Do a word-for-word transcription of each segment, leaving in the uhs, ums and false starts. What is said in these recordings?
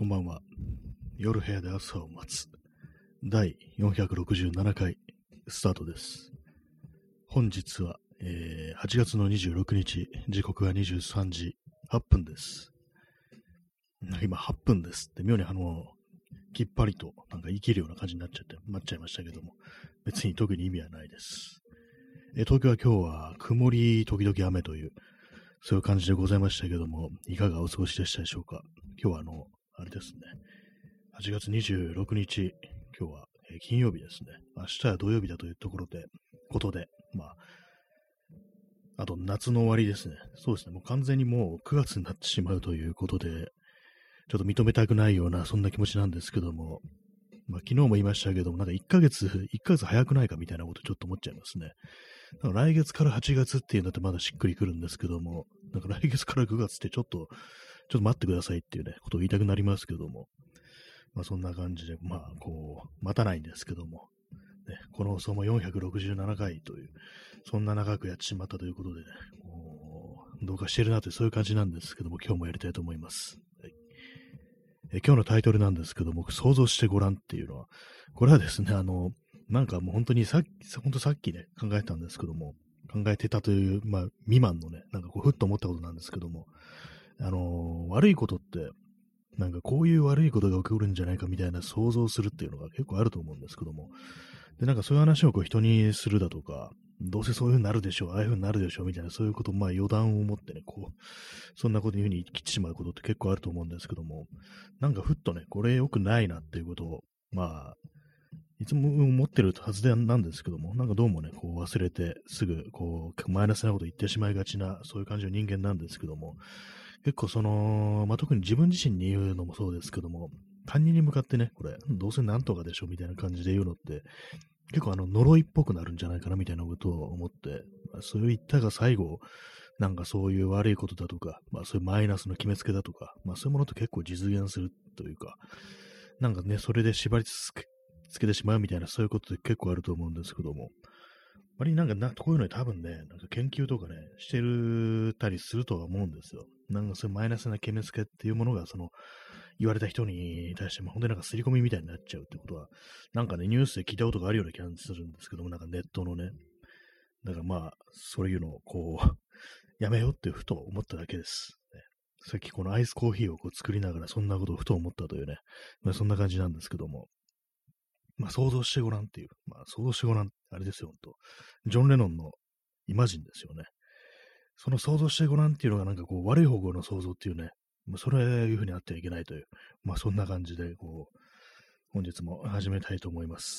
んばんは。夜部屋で朝を待つ。だいよんひゃくろくじゅうななかいスタートです。本日は、えー、はちがつのにじゅうろくにち、時刻はにじゅうさんじはっぷんです。今はっぷんですって妙にあの、きっぱりとなんか生きるような感じになっちゃって、待っちゃいましたけども、別に特に意味はないです。えー、東京は今日は曇り時々雨という、そういう感じでございましたけども、いかがお過ごしでしたでしょうか。今日はあの、あれですね、はちがつにじゅうろくにち、今日は、えー、金曜日ですね。明日は土曜日だというところで、ことで、まあ、あと夏の終わりですね。そうですね、もう完全にもうくがつになってしまうということで、ちょっと認めたくないような、そんな気持ちなんですけども、まあ、昨日も言いましたけども、なんかいっかげつ、いっかげつ早くないかみたいなことちょっと思っちゃいますね。なんか来月からはちがつっていうんだってまだしっくりくるんですけども、なんか来月からくがつってちょっと、ちょっと待ってくださいっていうね、ことを言いたくなりますけども、まあそんな感じで、まあこう、待たないんですけども、ね、この放送もよんひゃくろくじゅうななかいという、そんな長くやってしまったということでね、もうどうかしてるなというそういう感じなんですけども、今日もやりたいと思います。はい、え今日のタイトルなんですけども、想像してごらんっていうのは、これはですね、あの、なんかもう本当にさっき、本当さっきね、考えたんですけども、考えてたという、まあ、未満のね、なんかこう、ふっと思ったことなんですけども、あのー悪いことって、なんかこういう悪いことが起こるんじゃないかみたいな想像するっていうのが結構あると思うんですけども、で、なんかそういう話をこう人にするだとか、どうせそういう風になるでしょう、ああいう風になるでしょうみたいな、そういうことをまあ予断を持ってね、こう、そんなこという風に切ってしまうことって結構あると思うんですけども、なんかふっとね、これ良くないなっていうことを、まあ、いつも思ってるはずでなんですけども、なんかどうもね、こう忘れて、すぐ、こう、マイナスなこと言ってしまいがちな、そういう感じの人間なんですけども、結構その、まあ、特に自分自身に言うのもそうですけども、他人に向かってね、これ、どうせなんとかでしょみたいな感じで言うのって、結構あの、呪いっぽくなるんじゃないかなみたいなことを思って、まあ、そういったが最後、なんかそういう悪いことだとか、まあそういうマイナスの決めつけだとか、まあそういうものって結構実現するというか、なんかね、それで縛りつけつけてしまうみたいな、そういうことって結構あると思うんですけども、割になんかな、こういうのに多分ね、なんか研究とかね、してるたりするとは思うんですよ。なんかそういうマイナスな決めつけっていうものが、その、言われた人に対しても、本当になんか刷り込みみたいになっちゃうってことは、なんかね、ニュースで聞いたことがあるような気がするんですけども、なんかネットのね、だからまあ、そういうのをこう、やめようってふと思っただけです。ね、さっきこのアイスコーヒーをこう作りながらそんなことをふと思ったというね、まあ、そんな感じなんですけども、まあ想像してごらんっていう、まあ想像してごらん、あれですよ、ほんと。ジョン・レノンのイマジンですよね。その想像してごらんっていうのがなんかこう悪い方向の想像っていうね、まあ、それいうふうにあってはいけないという、まあそんな感じでこう、本日も始めたいと思います。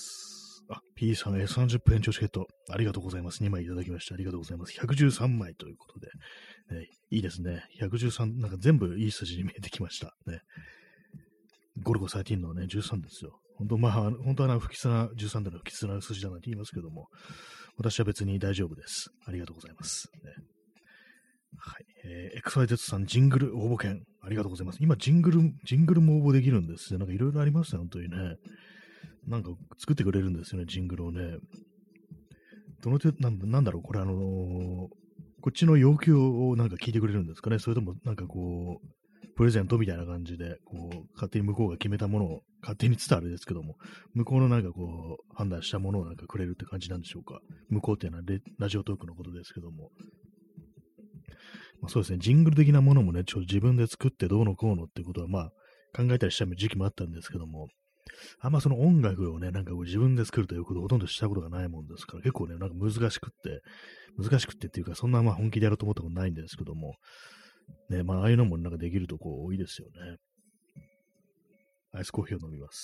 あ、P さん、さんじゅっぷん延長チケット、ありがとうございます。にまいいただきました。ありがとうございます。ひゃくじゅうさんまいということで、ね、いいですね。ひゃくじゅうさん、なんか全部いい数字に見えてきました。ね。ゴルゴじゅうさんのね、じゅうさんですよ。本当、まあ、本当は不吉な、じゅうさんでの不吉な数字だなんて言いますけども、私は別に大丈夫です。ありがとうございます。ね、はい。えー、エクサイテッドさん、ジングル応募券、ありがとうございます。今、ジングル、ジングルも応募できるんですね。なんかいろいろありますね、本当にね。なんか作ってくれるんですよね、ジングルをね。どの程度、なんなんだろう、これあのー、こっちの要求をなんか聞いてくれるんですかね。それともなんかこう、プレゼントみたいな感じで、こう、勝手に向こうが決めたものを、勝手に伝わるですけども、向こうのなんかこう、判断したものをなんかくれるって感じなんでしょうか。向こうっていうのはレラジオトークのことですけども。まあ、そうですね、ジングル的なものもね、ちょっと自分で作ってどうのこうのってことは、まあ、考えたりした時期もあったんですけども、あんまその音楽をね、なんかこう自分で作るということをほとんどしたことがないもんですから、結構ね、なんか難しくって、難しくってっていうか、そんなまあ本気でやろうと思ったことないんですけども、ね、まあああいうのもなんかできるとこういいですよね。アイスコーヒーを飲みます。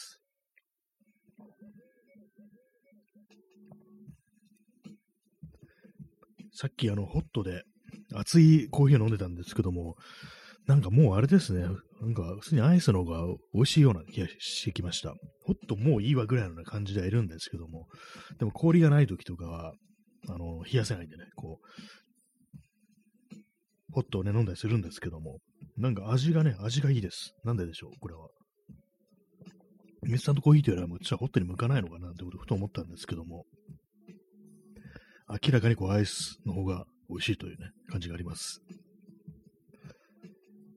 さっきあの、ホットで熱いコーヒーを飲んでたんですけども、なんかもうあれですね、なんか普通にアイスの方が美味しいような気がしてきました。ホットもういいわぐらいの感じではいるんですけども、でも氷がない時とかは、あの、冷やせないんでね、こう、ホットをね、飲んだりするんですけども、なんか味がね、味がいいです。なんででしょう、これは。インスタントコーヒーというよりは、もう実はホットに向かないのかなってことをふと思ったんですけども、明らかにこうアイスの方が美味しいというね、感じがあります。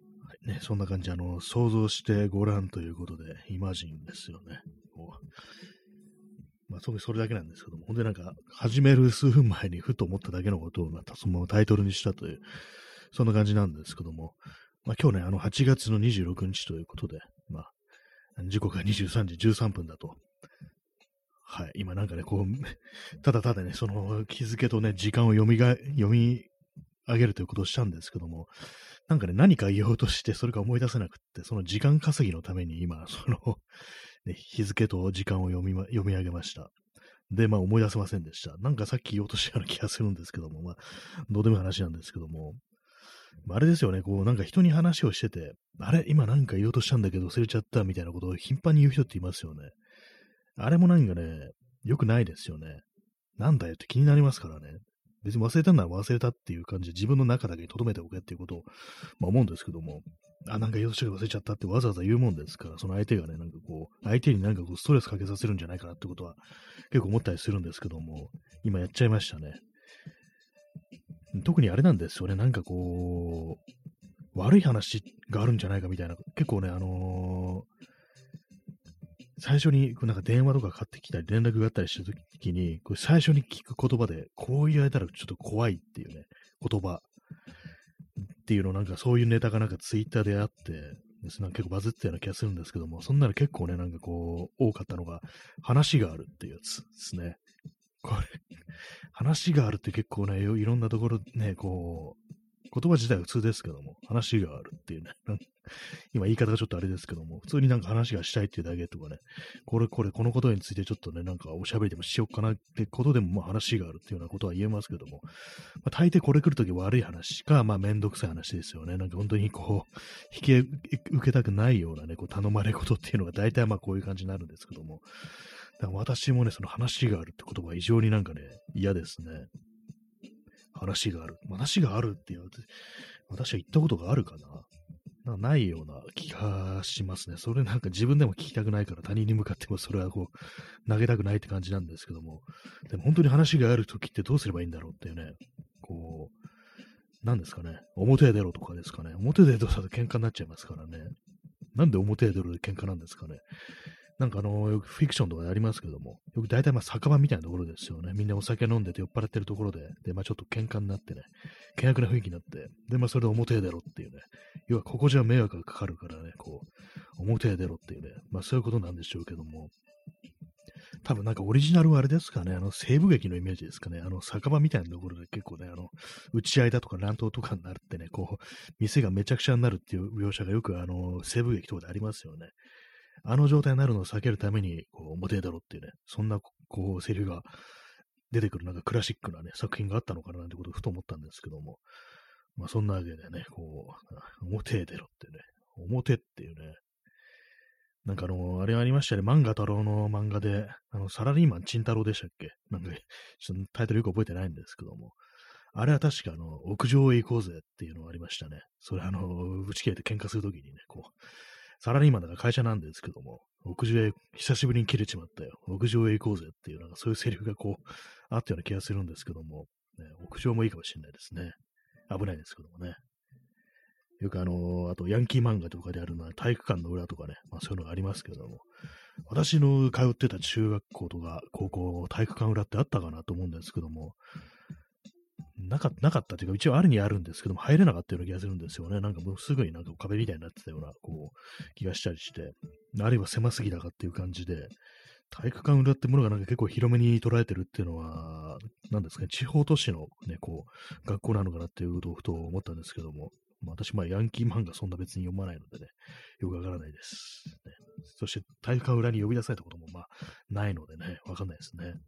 ね、そんな感じ、あの、想像してごらんということで、イマジンですよね。こうまあ、特にそれだけなんですけども、本当になんか、始める数分前にふと思っただけのことを、またそのままタイトルにしたという、そんな感じなんですけども、まあ、今日ね、あの、はちがつのにじゅうろくにちということで、まあ、時刻がにじゅうさんじじゅうさんぷんだと。はい、今なんかね、こう、ただただね、その日付とね、時間を読みが、読み上げるということをしたんですけども、なんかね、何か言おうとして、それが思い出せなくって、その時間稼ぎのために今、その、ね、日付と時間を読み、ま、読み上げました。で、まあ思い出せませんでした。なんかさっき言おうとしたような気がするんですけども、まあ、どうでもいい話なんですけども、まあ、あれですよね、こう、なんか人に話をしてて、あれ、今なんか言おうとしたんだけど忘れちゃったみたいなことを頻繁に言う人っていますよね。あれもなんかね、良くないですよね。なんだよって気になりますからね。別に忘れたんなら忘れたっていう感じで自分の中だけに留めておけっていうことを、まあ、思うんですけども、あ、なんか言おうとして忘れちゃったってわざわざ言うもんですから、その相手がね、なんかこう、相手になんかこうストレスかけさせるんじゃないかなってことは結構思ったりするんですけども、今やっちゃいましたね。特にあれなんですよね、なんかこう、悪い話があるんじゃないかみたいな、結構ね、あのー最初にこうなんか電話とかかかってきたり、連絡があったりしたときに、これ最初に聞く言葉で、こう言われたらちょっと怖いっていうね、言葉っていうのなんかそういうネタがなんかツイッターであって、ですなんか結構バズってたような気がするんですけども、そんなの結構ね、なんかこう、多かったのが、話があるっていうやつですね。これ、話があるって結構ね、いろんなところね、こう、言葉自体は普通ですけども、話があるっていうね、今言い方がちょっとあれですけども、普通になんか話がしたいっていうだけとかね、これこれこのことについてちょっとね、なんかおしゃべりでもしようかなってことでも、まあ話があるっていうようなことは言えますけども、まあ、大抵これ来るとき悪い話か、まあめんどくさい話ですよね。なんか本当にこう、引き受けたくないようなね、こう頼まれ事っていうのが大体まあこういう感じになるんですけども、だから私もね、その話があるって言葉は異常になんかね、嫌ですね。話がある。話があるっていう、私は言ったことがあるかななんかないような気がしますね。それなんか自分でも聞きたくないから他人に向かってもそれはこう投げたくないって感じなんですけども。でも本当に話があるときってどうすればいいんだろうっていうね。こう、なんですかね。表へ出ろとかですかね。表へ出ろだと喧嘩になっちゃいますからね。なんで表へ出ろで喧嘩なんですかね。なんかあの、よくフィクションとかでありますけども、よく大体まあ酒場みたいなところですよね。みんなお酒飲んでて酔っ払ってるところで、で、まあちょっと喧嘩になってね、険悪な雰囲気になって、で、まあそれで表へ出ろっていうね、要はここじゃ迷惑がかかるからね、こう、表へ出ろっていうね、まあそういうことなんでしょうけども、多分なんかオリジナルはあれですかね、あの西部劇のイメージですかね、あの酒場みたいなところで結構ね、あの、打ち合いだとか乱闘とかになるってね、こう、店がめちゃくちゃになるっていう描写がよくあの、西部劇とかでありますよね。あの状態になるのを避けるために、こう、表へ出ろっていうね、そんな、こう、セリフが出てくる、なんかクラシックなね、作品があったのかななんてことをふと思ったんですけども、まあ、そんなわけでね、こう、表へ出ろってね、表っていうね、なんかあの、あれありましたね、漫画太郎の漫画で、あの、サラリーマンチンタロウでしたっけなんか、ちょっとタイトルよく覚えてないんですけども、あれは確かあの、屋上へ行こうぜっていうのがありましたね。それあの、打ち切れて喧嘩するときにね、こう、サラリーマンだから会社なんですけども、屋上へ、久しぶりに切れちまったよ。屋上へ行こうぜっていう、なんかそういうセリフがこう、あったような気がするんですけども、ね、屋上もいいかもしれないですね。危ないですけどもね。よくあのーあとヤンキー漫画とかであるのは体育館の裏とかね、まあそういうのがありますけども、私の通ってた中学校とか高校、体育館裏ってあったかなと思うんですけども、なかなかったというか、一応あるにあるんですけども、入れなかったような気がするんですよね。なんかもうすぐになんか壁みたいになってたような、こう、気がしたりして、あるいは狭すぎたかっていう感じで、体育館裏ってものがなんか結構広めに捉えてるっていうのは、なんですかね、地方都市のね、こう、学校なのかなっていうことをふと思ったんですけども、まあ、私、まあ、ヤンキー漫画そんな別に読まないのでね、よくわからないです。ね、そして、体育館裏に呼び出されたことも、まあ、ないのでね、わかんないですね。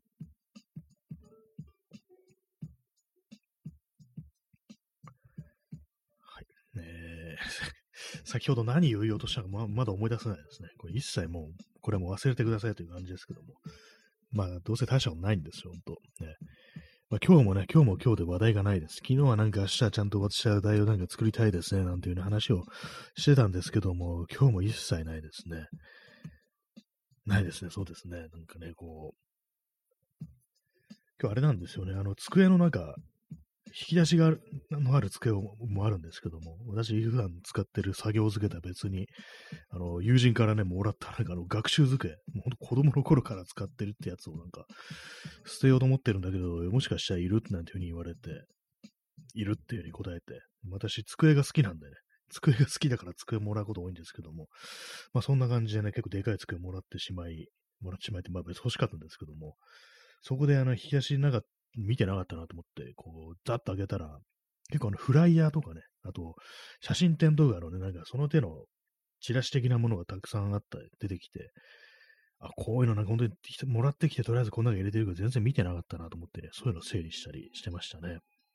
はい。えー先ほど何を言おうとしたかままだ思い出せないですね。これ一切もう、これはもう忘れてくださいという感じですけども。まあ、どうせ大したことないんですよ、ほんと。ね。まあ、今日もね、今日も今日で話題がないです。昨日はなんか明日はちゃんと私は話題をなんか作りたいですね、なんていうね話をしてたんですけども、今日も一切ないですね。ないですね、そうですね。なんかね、こう、今日あれなんですよね、あの、机の中、 引き出しがあるのある机もあるんですけども、私普段使ってる作業机とは別に、あの、友人からね、もらったなんかあの学習机、もうほんと子供の頃から使ってるってやつをなんか、捨てようと思ってるんだけど、もしかしたらいるなんていうふうに言われて、いるっていうふうに答えて、私、机が好きなんでね、机が好きだから机もらうこと多いんですけども、まあそんな感じでね、結構でかい机もらってしまい、もらってしまいって、まあ別に欲しかったんですけども、そこであの、引き出しなかった、見てなかったなと思って、こう、ざっと開けたら、結構あの、フライヤーとかね、あと、写真展動画のね、なんかその手のチラシ的なものがたくさんあった、出てきて、あ、こういうのなんか本当にもらってきて、とりあえずこんなの入れてるけど、全然見てなかったなと思ってね、そういうの整理したりしてましたね。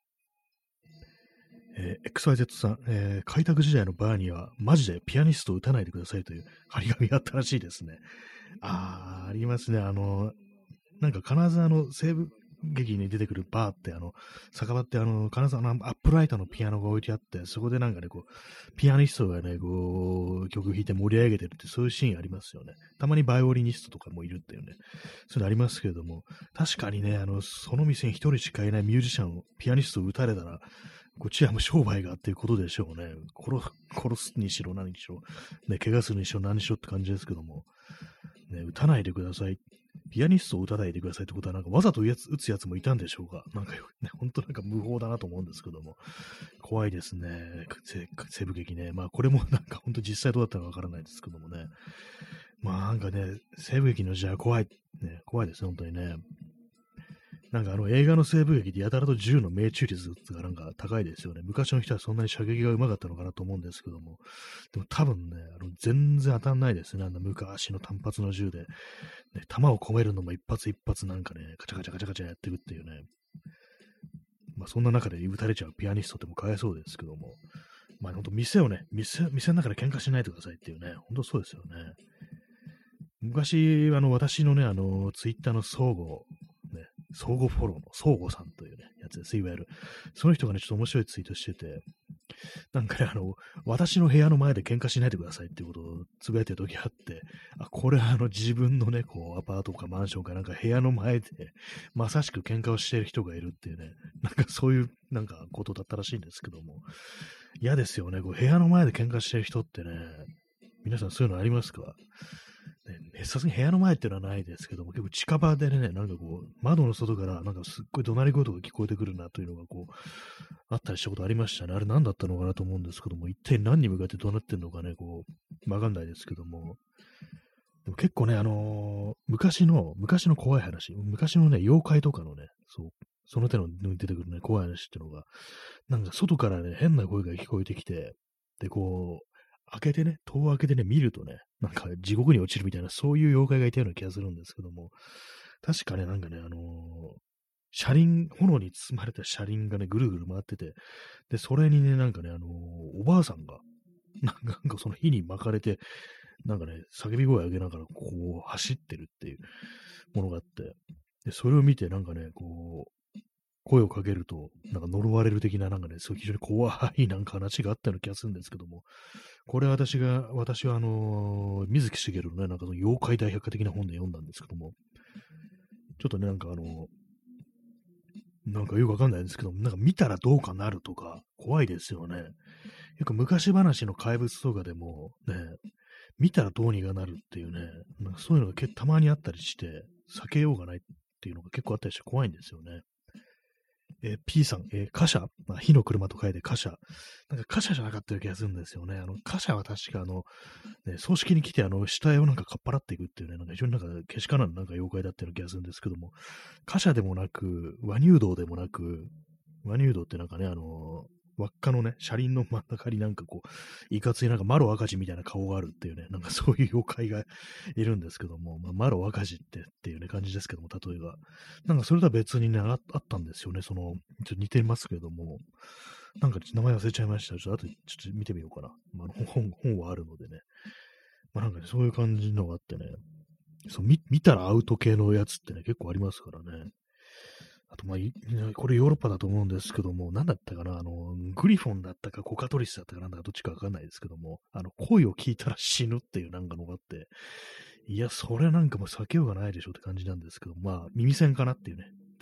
えー、エックスワイゼット さん、えー、開拓時代のバーには、マジでピアニストを打たないでくださいという張り紙があったらしいですね。あー、ありますね。あの、なんか金沢の西部劇に出てくるバーって、あの、酒場ってあの、金沢のアップライトのピアノが置いてあって、そこでなんかね、こう、ピアニストがね、こう、曲弾いて盛り上げてるって、そういうシーンありますよね。たまにバイオリニストとかもいるっていうね、そういうのありますけれども、確かにね、あの、その店に一人しかいないミュージシャンを、ピアニストを撃たれたら、こっちはもう商売がっていうことでしょうね。殺殺すにしろ何にしろ、ね、怪我するにしろ何にしろって感じですけども、ね、撃たないでください。ピアニストを撃たないでくださいってことは、なんかわざと撃つやつもいたんでしょうか。なんか、ね、本当なんか無法だなと思うんですけども、怖いですね。西部劇ね。まあこれもなんか本当実際どうだったのかわからないですけどもね。まあなんかね、西部劇の時代は怖い、ね、怖いですね、本当にね。なんかあの映画の西部劇でやたらと銃の命中率がなんか高いですよね。昔の人はそんなに射撃が上手かったのかなと思うんですけども。でも多分ね、あの全然当たんないですね。あんな昔の単発の銃で。ね、弾を込めるのも一発一発なんかね、カチャカチャカチャカチャやっていくっていうね。まあそんな中で撃たれちゃうピアニストってもかわいそうですけども。まあ本当店をね、店、店の中で喧嘩しないでくださいっていうね。本当そうですよね。昔、あの、私のね、あの、ツイッターの相互、ね、相互フォローの相互さんというね、やつです。いわゆる。その人がね、ちょっと面白いツイートしてて、なんかね、あの、私の部屋の前で喧嘩しないでくださいっていうことをつぶやいてる時があって、あ、これはあの、自分のね、こう、アパートかマンションかなんか部屋の前で、まさしく喧嘩をしている人がいるっていうね、なんかそういう、なんかことだったらしいんですけども、嫌ですよね、こう、部屋の前で喧嘩してる人ってね、皆さんそういうのありますか？ね、さすがに部屋の前っていうのはないですけども、結構近場でね、なんかこう、窓の外からなんかすっごい怒鳴り声とか聞こえてくるなというのがこう、あったりしたことありましたね。あれ何だったのかなと思うんですけども、一体何に向かって怒鳴ってんのかね、こう、わかんないですけども。でも結構ね、あのー昔の、昔の怖い話、昔のね、妖怪とかのね、そう、その手の出てくるね、怖い話っていうのが、なんか外からね、変な声が聞こえてきて、で、こう、開けてね、戸を開けてね、見るとね、なんか地獄に落ちるみたいな、そういう妖怪がいたような気がするんですけども、確かね、なんかね、あのー車輪、炎に包まれた車輪がね、ぐるぐる回ってて、で、それにね、なんかね、あのーおばあさんが、なんかなんかその火に巻かれて、なんかね、叫び声を上げながら、こう、走ってるっていうものがあって、で、それを見て、なんかね、こう、声をかけると、なんか呪われる的な、なんかね、そういう非常に怖いなんか話があったような気がするんですけども、これ私が、私はあのー水木しげるのね、なんかその妖怪大百科的な本で読んだんですけども、ちょっとね、なんかあのーなんかよくわかんないんですけども、なんか見たらどうかなるとか、怖いですよね。結構昔話の怪物とかでも、ね、見たらどうにかなるっていうね、なんかそういうのがけたまにあったりして、避けようがないっていうのが結構あったりして怖いんですよね。えー P さん、えー、貨車、まあ、火の車と書いて貨車。なんか貨車じゃなかったような気がするんですよね。あの、貨車は確かあの、ね、葬式に来てあの、死体をなんかかっぱらっていくっていうね、なんか非常になんか、けしからんなんか妖怪だったような気がするんですけども、貨車でもなく、和乳道でもなく、和乳道ってなんかね、あの輪っかのね、車輪の真ん中になんかこう、いかついなんかマロ赤字みたいな顔があるっていうね、なんかそういう妖怪がいるんですけども、まあ、マロ赤字ってっていうね、感じですけども、例えが。なんかそれとは別にね、ああったんですよね、その、ちょっと似てますけども、なんか名前忘れちゃいました。ちょっと後でちょっと見てみようかな。まあ、本、本はあるのでね。まあなんかね、そういう感じのがあってね、そう見、見たらアウト系のやつってね、結構ありますからね。あと、まあ、いこれヨーロッパだと思うんですけども、なんだったかな、あの、グリフォンだったか、コカトリスだったかなんだか、どっちかわかんないですけども、あの、声を聞いたら死ぬっていうなんかのがあって、いや、それなんかもう避けようがないでしょって感じなんですけど、まあ、耳栓かなっていうね、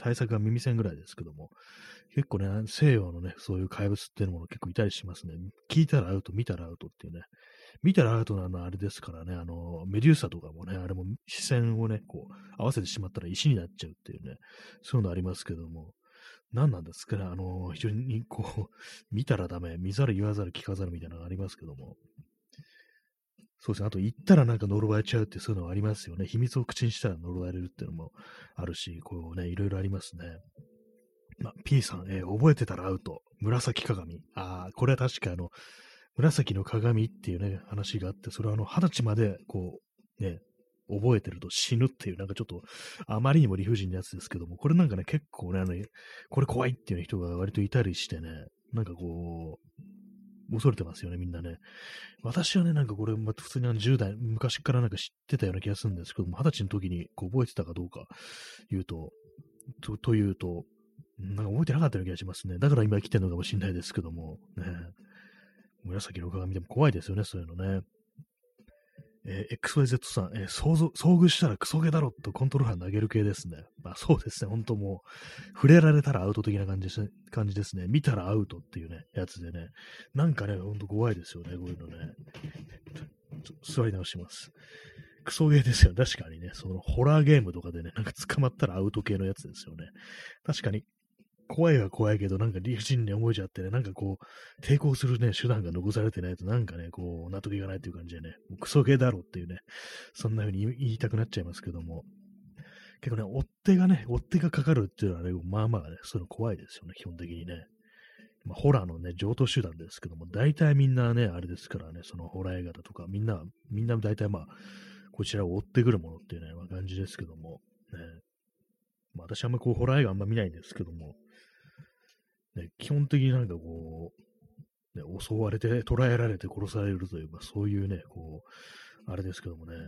対策が耳栓ぐらいですけども、結構ね、西洋のね、そういう怪物っていうもの結構いたりしますね。聞いたらアウト、見たらアウトっていうね。見たらアウトなのはあれですからね、あの、メデューサとかもね、あれも視線をね、こう、合わせてしまったら石になっちゃうっていうね、そういうのありますけども、何なんですかね、あの、非常にこう、見たらダメ、見ざる言わざる聞かざるみたいなのがありますけども、そうですね、あと言ったらなんか呪われちゃうってそういうのはありますよね。秘密を口にしたら呪われるっていうのもあるし、こうね、いろいろありますね。まあ、P さん、えー覚えてたらアウト。紫鏡。ああ、これは確かあの、紫の鏡っていうね、話があって、それはあの、二十歳まで、こう、ね、覚えてると死ぬっていう、なんかちょっと、あまりにも理不尽なやつですけども、これなんかね、結構ね、あの、これ怖いっていう人が割といたりしてね、なんかこう、恐れてますよね、みんなね。私はね、なんかこれ、まあ、普通にあのじゅう代、昔からなんか知ってたような気がするんですけども、二十歳の時にこう覚えてたかどうか言うと、と、というと、なんか覚えてなかったような気がしますね。だから今来てるのかもしれないですけども、ね。紫の鏡でも怖いですよね、そういうのね。えー、エックスワイゼット さん、えー遭遇、遭遇したらクソゲだろとコントローラー投げる系ですね。まあそうですね、本当もう、触れられたらアウト的な感じです、感じですね。見たらアウトっていうね、やつでね。なんかね、ほんと怖いですよね、こういうのね。座り直します。クソゲーですよ。確かにね、そのホラーゲームとかでね、なんか捕まったらアウト系のやつですよね。確かに、怖いは怖いけど、なんか理不尽に思えちゃってね、なんかこう、抵抗するね、手段が残されてないと、なんかね、こう、納得いかないっていう感じでね、もうクソゲーだろっていうね、そんな風に言いたくなっちゃいますけども、結構ね、追っ手がね、追っ手がかかるっていうのはね、まあまあね、そういうの怖いですよね、基本的にね。まあ、ホラーのね、上等手段ですけども、大体みんなね、あれですからね、そのホラー映画だとか、みんな、みんな大体まあ、こちらを追ってくるものっていうね、まあ、感じですけども、ね。まあ、私はあんまこう、ホラー映画あんま見ないんですけども、ね、基本的になんかこう、ね、襲われて、捕らえられて殺されるという、まあ、そういうね、こう、あれですけどもね、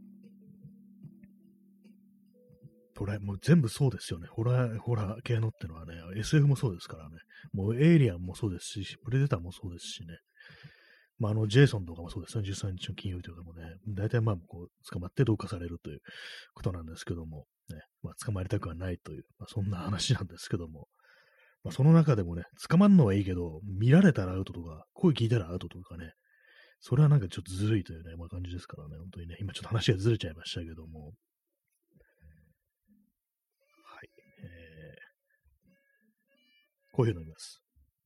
捕らえ、もう全部そうですよね。ホラー、ホラー系のってのはね、エスエフ もそうですからね、もうエイリアンもそうですし、プレデターもそうですしね、まあ、あの、ジェイソンとかもそうですね、じゅうさんにちの金曜日とかもね、大体まあ、こう、捕まって同化されるということなんですけども、ね、まあ、捕まりたくはないという、まあ、そんな話なんですけども、まあ、その中でもね、捕まんのはいいけど、見られたらアウトとか、声聞いたらアウトとかね、それはなんかちょっとずるいというね、まあ、感じですからね、本当にね、今ちょっと話がずれちゃいましたけども、はい、えー、コーヒー飲みます。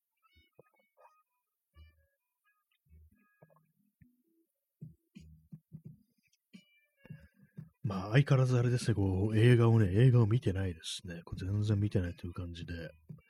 まあ、相変わらずあれですね、こう、映画をね、映画を見てないですね。こう全然見てないという感じで。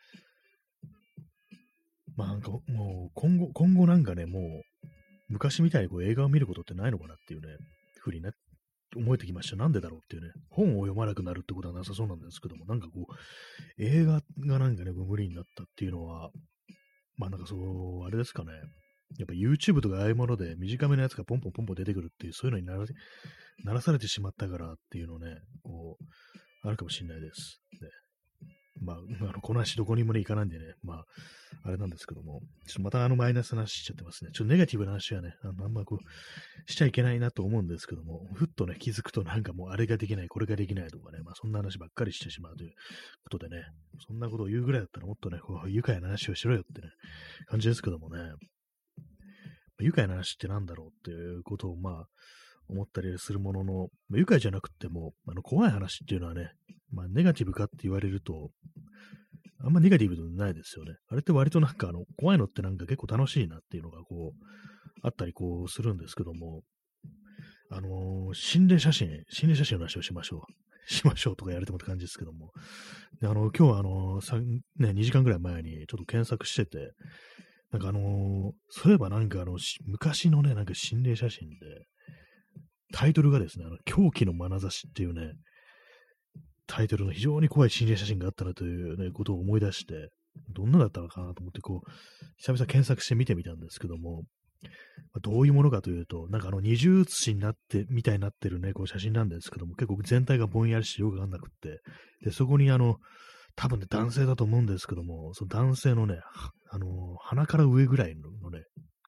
まあ、なんか、もう、今後、今後なんかね、もう、昔みたいにこう映画を見ることってないのかなっていうね、ふうにね、思えてきました。なんでだろうっていうね、本を読まなくなるってことはなさそうなんですけども、なんかこう、映画がなんかね、無理になったっていうのは、まあなんかそう、あれですかね。やっぱ YouTube とかああいうもので短めのやつがポンポンポンポン出てくるっていう、そういうのにならならされてしまったからっていうのね、こう、あるかもしれないです。ね、まあ、あのこの話どこにもね、行かないんでね、まあ、あれなんですけども、ちょっとまたあのマイナスな話しちゃってますね。ちょっとネガティブな話はね、あのあんまこう、しちゃいけないなと思うんですけども、ふっとね、気づくとなんかもうあれができない、これができないとかね、まあそんな話ばっかりしてしまうということでね、そんなことを言うぐらいだったらもっとね、こう愉快な話をしろよってね、感じですけどもね、愉快な話ってなんだろうっていうことをまあ、思ったりするものの、まあ、愉快じゃなくても、あの怖い話っていうのはね、まあ、ネガティブかって言われると、あんまネガティブでもないですよね。あれって割となんかあの、怖いのってなんか結構楽しいなっていうのがこう、あったりこうするんですけども、あのー心霊写真、心霊写真の話をしましょう。しましょうとかやれてもって感じですけども。であの、今日はあのー、さね、にじかんぐらい前にちょっと検索してて、なんかあのーそういえばなんかあの、昔のね、なんか心霊写真で、タイトルがですね、あの狂気の眼差しっていうね、タイトルの非常に怖い心霊写真があったなという、ね、ことを思い出して、どんなだったのかなと思って、こう、久々検索して見てみたんですけども、どういうものかというと、なんかあの二重写しになって、みたいになってるね、こう写真なんですけども、結構全体がぼんやりしてよくわかんなくって、で、そこにあの、多分ね、男性だと思うんですけども、その男性のね、あの、鼻から上ぐらいのね、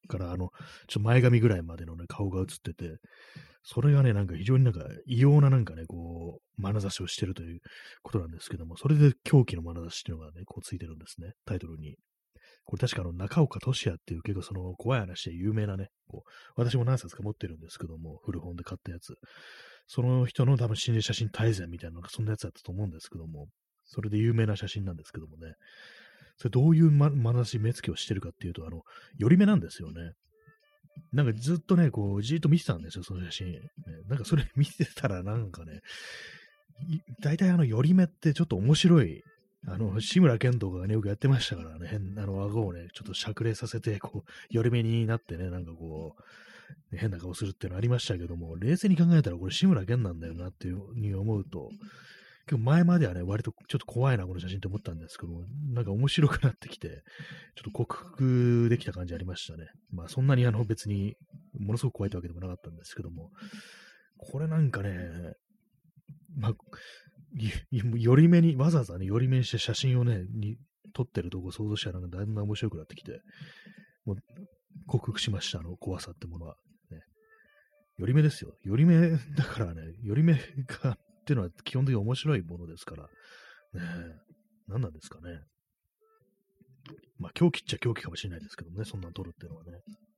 から、あの、ちょっと前髪ぐらいまでのね、顔が映ってて、それがね、なんか非常になんか異様ななんかね、こう、眼差しをしてるということなんですけども、それで狂気の眼差しっていうのがね、こうついてるんですね、タイトルに。これ確かあの、中岡俊也っていう結構その怖い話で有名なね、こう、私も何冊か持ってるんですけども、古本で買ったやつ。その人の多分心霊写真大全みたいなのがそんなやつだったと思うんですけども、それで有名な写真なんですけどもね、それどういうま眼差し、目つきをしてるかっていうと、あの、寄り目なんですよね。なんかずっとね、こう、じーっと見てたんですよ、その写真。ね、なんかそれ見てたらなんかね、大体あの、寄り目ってちょっと面白い、あの、志村けんとかがね、よくやってましたからね、変な、あの、顎をね、ちょっとしゃくれさせて、こう、寄り目になってね、なんかこう、変な顔するっていうのありましたけども、冷静に考えたらこれ志村けんなんだよなっていうふうに思うと、結構前まではね、割とちょっと怖いな、この写真って思ったんですけども、なんか面白くなってきて、ちょっと克服できた感じありましたね。まあそんなにあの別にものすごく怖いってわけでもなかったんですけども、これなんかね、まあ、寄り目に、わざわざね、寄り目にして写真をね、に撮ってるとこ想像したらなんかだんだん面白くなってきて、もう克服しました、あの怖さってものは。ね、寄り目ですよ。寄り目だからね、寄り目がっていうのは基本的に面白いものですから、ねえ、何なんですかね。まあ、狂気っちゃ狂気かもしれないですけどもね、そんなの撮るっていうのはね。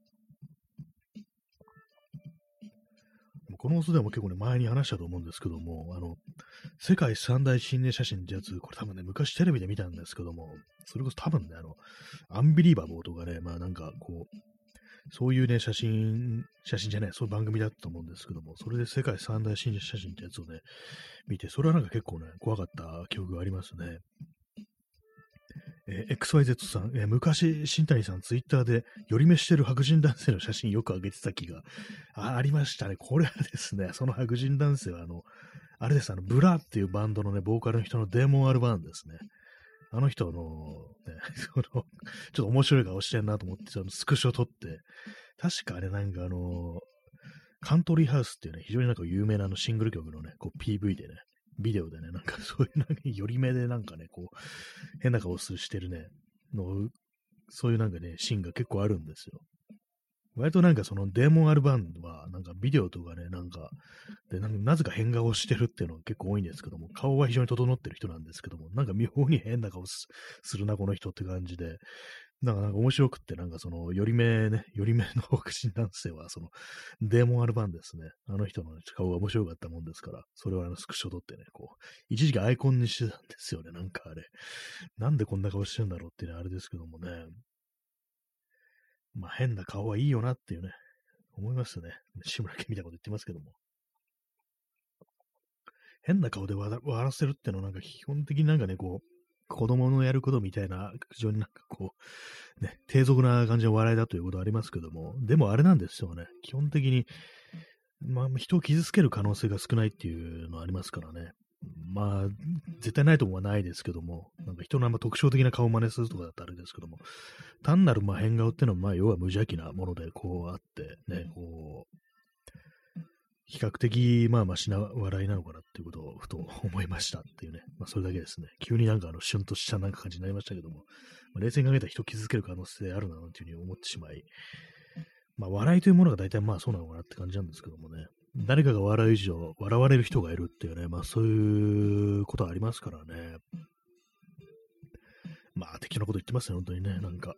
この放送でも結構ね、前に話したと思うんですけども、あの、世界三大心霊写真ってやつ、これ多分ね、昔テレビで見たんですけども、それこそ多分ね、あの、アンビリーバボーとかね、まあなんかこう、そういうね、写真、写真じゃない、そういう番組だったと思うんですけども、それで世界三大心霊写真ってやつをね、見て、それはなんか結構ね、怖かった記憶がありますね。えー、エックスワイゼット さん、えー、昔、新谷さん、ツイッターで、寄り目してる白人男性の写真よく上げてた気が あ, ありましたね。これはですね、その白人男性は、あの、あれです、あの、ブラっていうバンドのね、ボーカルの人のデーモン・アルバーンですね。あの人の、ね、その、ちょっと面白い顔してんなと思って、そのスクショ撮って、確かあれなんかあの、カントリーハウスっていうね、非常になんか有名なあのシングル曲のね、こう ピーブイ でね、ビデオでね、なんかそういうなんか寄り目でなんかね、こう、変な顔するしてるね、の、そういうなんかね、シーンが結構あるんですよ。割となんかそのデーモン・アルバンは、なんかビデオとかね、なんか、で、なんかなぜか変顔してるっていうのが結構多いんですけども、顔は非常に整ってる人なんですけども、なんか妙に変な顔するな、この人って感じで、なんか、なんか面白くって、なんかその、寄り目ね、寄り目の白人男性は、その、デーモンアルバンですね。あの人の顔が面白かったもんですから、それをあのスクショ撮ってね、こう、一時期アイコンにしてたんですよね、なんかあれ。なんでこんな顔してるんだろうっていうのはあれですけどもね。まあ変な顔はいいよなっていうね、思いますね。志村けんみたいなこと言ってますけども。変な顔で笑笑わせるってのはなんか基本的になんかね、こう、子供のやることみたいな、非常になんかこう、ね、低俗な感じの笑いだということはありますけども、でもあれなんですよね。基本的に、まあ、人を傷つける可能性が少ないっていうのはありますからね。まあ、絶対ないとはないですけども、なんか人のあんま特徴的な顔を真似するとかだったらあれですけども、単なるまあ変顔っていうのは、まあ、要は無邪気なもので、こうあって、ね、こう、比較的、まあましな笑いなのかなっていうことをふと思いましたっていうね。まあそれだけですね。急になんかあの、シュンとしたなんか感じになりましたけども、まあ、冷静に考えたら人を傷つける可能性あるなというふうに思ってしまい、まあ笑いというものが大体まあそうなのかなって感じなんですけどもね。誰かが笑う以上、笑われる人がいるっていうね、まあそういうことはありますからね。まあ適当なこと言ってますね、本当にね。なんか、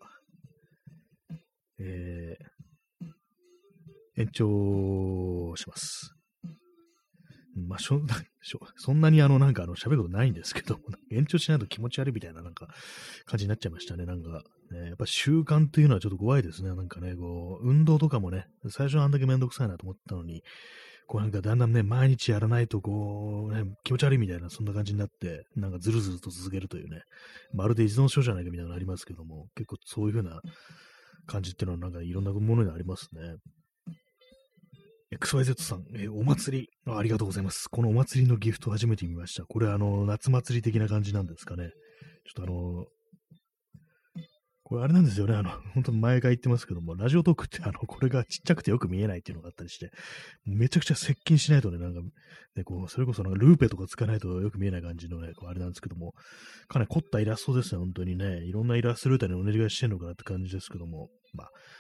えー、延長します。まあ、しょ、しょそんなにあの、なんかあの、喋ることないんですけども、延長しないと気持ち悪いみたいななんか感じになっちゃいましたね。なんか、ね、やっぱ習慣っていうのはちょっと怖いですね。なんかね、こう、運動とかもね、最初はあんだけめんどくさいなと思ったのに、こうなんかだんだんね、毎日やらないとこう、ね、気持ち悪いみたいな、そんな感じになって、なんかずるずると続けるというね、まるで依存症じゃないかみたいなのありますけども、結構そういう風な感じっていうのはなんかいろんなものにありますね。エックスワイゼット さん、えー、お祭りあ、ありがとうございます。このお祭りのギフト初めて見ました。これあの、夏祭り的な感じなんですかね。ちょっとあの、これあれなんですよね。あの、本当に前から言ってますけども、ラジオトークってあの、これがちっちゃくてよく見えないっていうのがあったりして、めちゃくちゃ接近しないとね、なんか、ね、こう、それこそなんかルーペとかつかないとよく見えない感じのね、こうあれなんですけども、かなり凝ったイラストですね、本当にね。いろんなイラストレーターにお願いしてるのかなって感じですけども、まあ、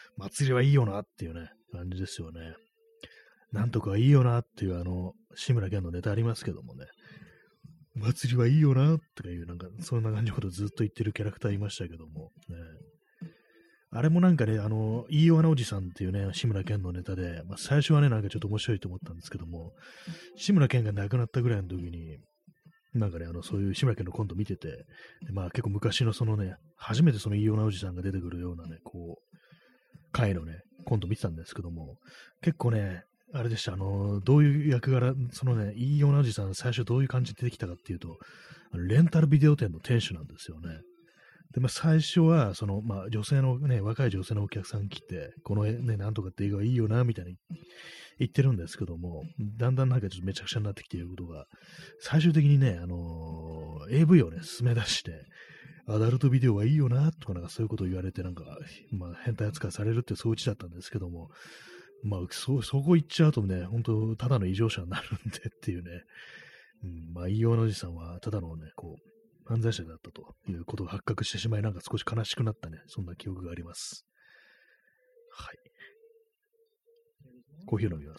祭りはいいよなっていうね、感じですよね。なんとかいいよなっていうあの、志村けんのネタありますけどもね、祭りはいいよなとかいう、なんか、そんな感じのことをずっと言ってるキャラクターいましたけども、ね。あれもなんかね、あの、いいよなおじさんっていうね、志村けんのネタで、まあ、最初はね、なんかちょっと面白いと思ったんですけども、志村けんが亡くなったぐらいの時に、なんかね、あの、そういう志村けんのコント見てて、でまあ結構昔のそのね、初めてそのいいよなおじさんが出てくるようなね、こう、回のね、コント見てたんですけども、結構ね、あれでした、あの、どういう役柄、そのね、いいよなおじさん、最初どういう感じで出てきたかっていうと、あのレンタルビデオ店の店主なんですよね。で、まあ、最初は、その、まあ、女性のね、若い女性のお客さん来て、このね、なんとかって映画いいよな、みたいに言ってるんですけども、だんだんなんかちょっとめちゃくちゃになってきていることが、最終的にね、あのー、エーブイ をね、進め出して、アダルトビデオはいいよな、とかなんかそういうことを言われて、なんか、まあ、変態扱いされるってそういううちだったんですけども、まあ、そ、そこ行っちゃうとね、本当ただの異常者になるんでっていうね、うん、まあ、いいよなおじさんは、ただのね、こう、犯罪者だったということが発覚してしまい、なんか少し悲しくなったね、そんな記憶があります。はい。コーヒーを飲みます。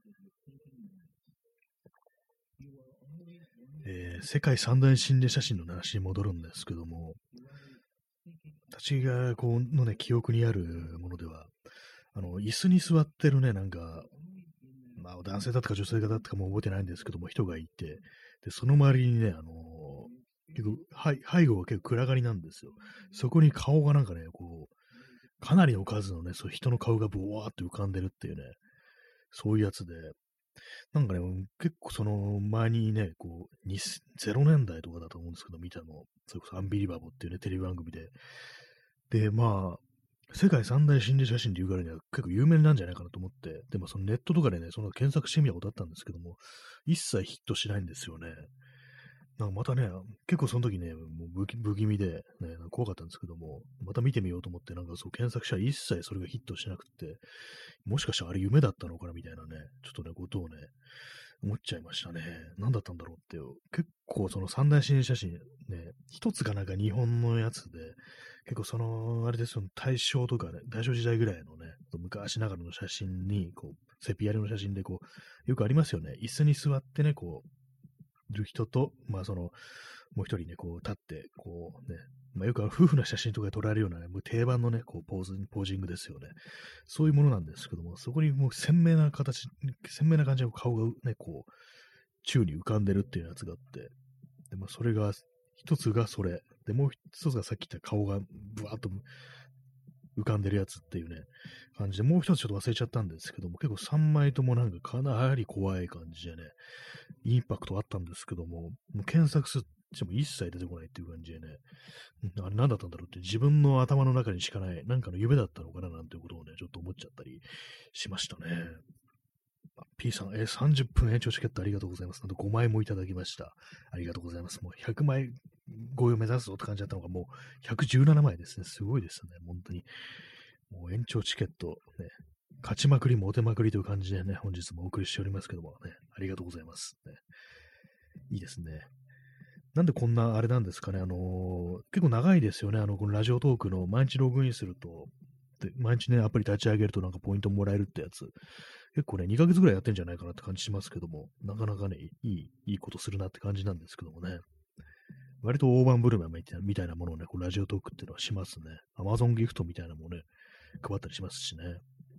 えー世界三大心霊写真の話に戻るんですけども、私がこうのね、記憶にあるものでは、あの、椅子に座ってるね、なんか、まあ、男性だったか女性だったかも覚えてないんですけども、人がいて、で、その周りにね、あの結構、背背後が結構暗がりなんですよ。そこに顔がなんかね、こう、かなりの数のね、そう人の顔がブワーって浮かんでるっていうね、そういうやつで、なんかね、結構その前にね、こう、にゼロねんだいとかだと思うんですけど、見たの、それこそアンビリバボーっていうね、テレビ番組で。で、まあ、世界三大心霊写真っていうからには結構有名なんじゃないかなと思って、でもそのネットとかでね、その検索してみたことあったんですけども、一切ヒットしないんですよね。なんかまたね、結構その時ね、もう不気不気味で、ね、怖かったんですけども、また見てみようと思って、なんかそう検索したら一切それがヒットしなくて、もしかしたらあれ夢だったのかなみたいなね、ちょっとね、ことをね、思っちゃいましたね。何だったんだろうっていう。結構その三大心霊写真、ね、一つがなんか日本のやつで、結構その、あれですよ、大正とかね、大正時代ぐらいのね、昔ながらの写真に、こう、セピアリの写真でこう、よくありますよね。椅子に座ってね、こう、いる人と、まあその、もう一人ね、こう立って、こうね、まあ、よくあの夫婦の写真とかで撮られるようなね、もう定番のね、こうポーズ、ポージングですよね。そういうものなんですけども、そこにもう鮮明な形、鮮明な感じの顔がね、こう、宙に浮かんでるっていうやつがあって、で、まあ、それが、一つがそれ、で、もう一つがさっき言った顔がブワーッと浮かんでるやつっていうね、感じで、もう一つちょっと忘れちゃったんですけども、結構さんまいともなんかかなり怖い感じでね、インパクトあったんですけども、もう検索しても一切出てこないっていう感じでね、あれ何だったんだろうって自分の頭の中にしかない、なんかの夢だったのかななんていうことをね、ちょっと思っちゃったりしましたね。P さん、え、さんじゅっぷん延長チケットありがとうございます。なんとごまいもいただきました。ありがとうございます。もうひゃくまい超えを目指すぞって感じだったのが、もうひゃくじゅうななまいですね。すごいですね。本当に。もう延長チケット、ね、勝ちまくり、モテまくりという感じでね、本日もお送りしておりますけどもね、ありがとうございます。ね、いいですね。なんでこんなあれなんですかね、あのー結構長いですよね、あの、このラジオトークの毎日ログインすると、で毎日ね、アプリ立ち上げるとなんかポイントもらえるってやつ、結構ね、にかげつぐらいやってんじゃないかなって感じしますけども、なかなかね、いい、いいことするなって感じなんですけどもね。割と大盤振る舞いみたいなみたいなものをね、こうラジオトークっていうのはしますね。アマゾンギフトみたいなのもね、配ったりしますしね。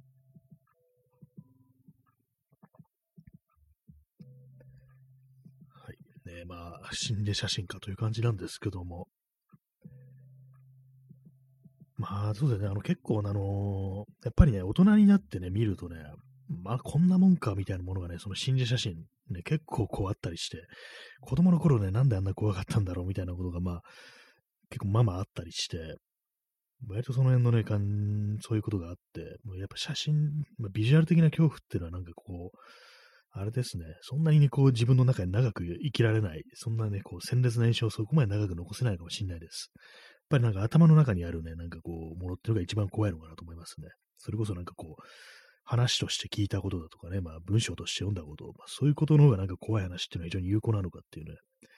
はい。ね、まあ、心霊写真家という感じなんですけども、まあ、そうですね。あの、結構、あのやっぱりね、大人になってね、見るとね、まあ、こんなもんか、みたいなものがね、その心霊写真、ね、結構こうあったりして、子供の頃ね、なんであんな怖かったんだろう、みたいなことが、まあ、結構まあまああったりして、割とその辺のね、かんそういうことがあって、もうやっぱ写真、まあ、ビジュアル的な恐怖っていうのはなんかこう、あれですね、そんなにね、こう自分の中に長く生きられない、そんなね、こう鮮烈な印象をそこまで長く残せないかもしれないです。やっぱりなんか頭の中にあるね、なんかこう、ものっていうのが一番怖いのかなと思いますね。それこそなんかこう、話として聞いたことだとかね、まあ文章として読んだこと、まあ、そういうことの方がなんか怖い話っていうのは非常に有効なのかっていうね、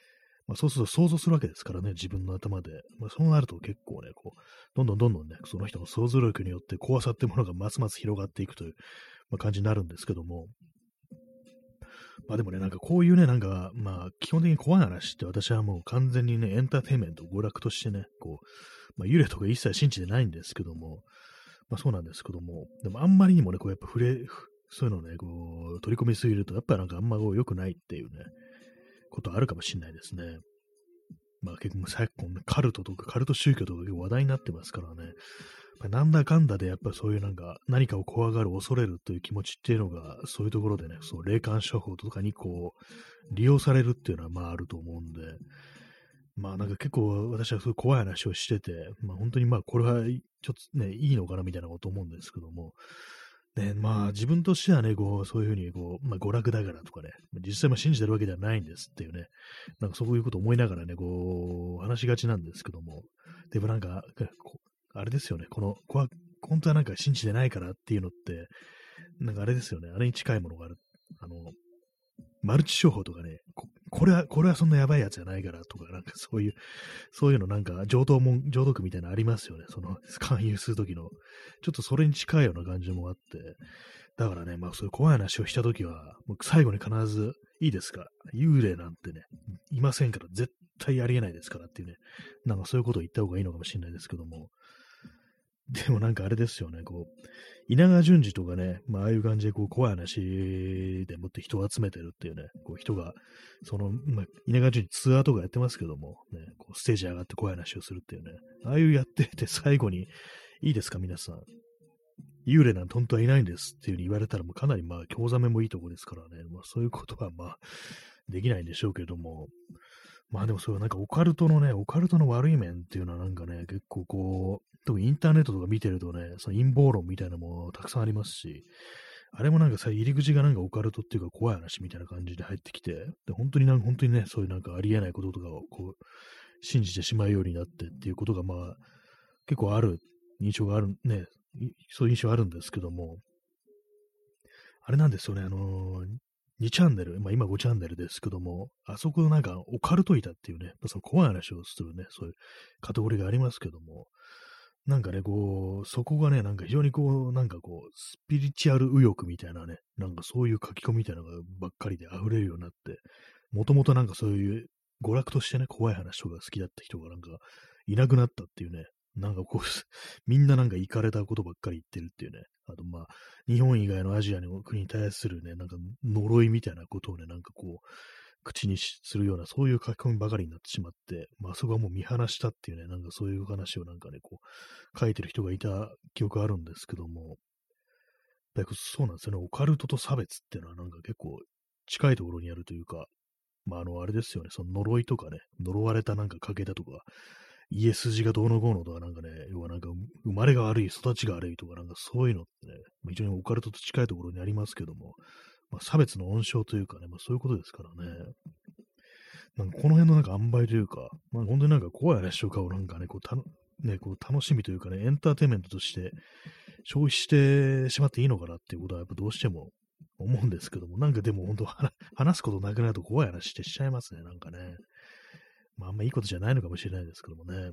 まあ、そうすると想像するわけですからね、自分の頭で。まあ、そうなると結構ね、こう、どんどんどんどんね、その人の想像力によって怖さってものがますます広がっていくという、まあ、感じになるんですけども、まあでもね、なんかこういうね、なんか、まあ基本的に怖い話って私はもう完全にね、エンターテインメント、娯楽としてね、こう、まあ幽霊とか一切信じてないんですけども、まあそうなんですけども、でもあんまりにもね、こうやっぱ触れ、ふそういうのをね、こう、取り込みすぎると、やっぱなんかあんまこう良くないっていうね、ことあるかもしれないですね。まあ結構昨今ね、カルトとかカルト宗教とか結構話題になってますからね、やっぱなんだかんだでやっぱそういうなんか何かを怖がる、恐れるという気持ちっていうのが、そういうところでね、そう霊感商法とかにこう、利用されるっていうのはまああると思うんで、まあなんか結構私はそういう怖い話をしてて、まあ本当にまあこれはちょっとね、いいのかなみたいなこと思うんですけども、ね、まあ自分としてはね、こう、そういうふうにこう、まあ娯楽だからとかね、実際も信じてるわけではないんですっていうね、なんかそういうことを思いながらね、こう、話しがちなんですけども、でもなんか、こあれですよね、この、こわ本当はなんか信じてないからっていうのって、なんかあれですよね、あれに近いものがある。あの、マルチ商法とかね、ここれは、これはそんなやばいやつじゃないからとか、なんかそういう、そういうのなんか浄土門、浄土区みたいなのありますよね。その勧誘するときの。ちょっとそれに近いような感じもあって、だからね、まあそういう怖い話をしたときは、僕最後に必ず、いいですか、幽霊なんてね、いませんから、絶対ありえないですからっていうね、なんかそういうことを言った方がいいのかもしれないですけども、でもなんかあれですよね、こう、稲川淳二とかね、まあああいう感じでこう怖い話でもって人を集めてるっていうね、こう人が、その、まあ、稲川淳二ツアーとかやってますけども、ね、こうステージ上がって怖い話をするっていうね、ああいうやってて最後に、いいですか皆さん、幽霊なんて本当はいないんですっていう風に言われたらもうかなりまあ興ざめもいいとこですからね、まあそういうことはまあできないんでしょうけども、まあでもそういうなんかオカルトのね、オカルトの悪い面っていうのはなんかね、結構こう、特にインターネットとか見てるとね、その陰謀論みたいなものたくさんありますし、あれもなんかさ、入り口がなんかオカルトっていうか怖い話みたいな感じで入ってきて、で、本当になんか本当にね、そういうなんかありえないこととかをこう、信じてしまうようになってっていうことがまあ、結構ある印象がある、ね、そういう印象あるんですけども、あれなんですよね、あのーにチャンネル、まあ今ごチャンネルですけども、あそこなんかオカルト板っていうね、その怖い話をするね、そういうカテゴリーがありますけども、なんかね、こう、そこがね、なんか非常にこう、なんかこう、スピリチュアル右翼みたいなね、なんかそういう書き込みみたいなのがばっかりで溢れるようになって、もともとなんかそういう娯楽としてね、怖い話とか好きだった人がなんかいなくなったっていうね、なんかこう、みんななんか行かれたことばっかり言ってるっていうね、あとまあ、日本以外のアジアの国に対するね、なんか呪いみたいなことをね、なんかこう、口にしするような、そういう書き込みばかりになってしまって、まあそこはもう見放したっていうね、なんかそういう話をなんかね、こう、書いてる人がいた記憶あるんですけども、やっぱりそうなんですよね、オカルトと差別っていうのはなんか結構近いところにあるというか、まああの、あれですよね、その呪いとかね、呪われたなんか賭けだとか、家筋がどうのこうのとかなんかね、要はなんか生まれが悪い、育ちが悪いとかなんかそういうのってね、非常にオカルトと近いところにありますけども、まあ、差別の温床というかね、まあそういうことですからね。なんかこの辺のなんか塩梅というか、まあ本当になんか怖い話とかをなんかね、こうたのね、こう楽しみというかね、エンターテインメントとして消費してしまっていいのかなっていうことはやっぱどうしても思うんですけども、なんかでも本当は話すことなくなると怖い話してしちゃいますね、なんかね。まああんまいいことじゃないのかもしれないですけどもね。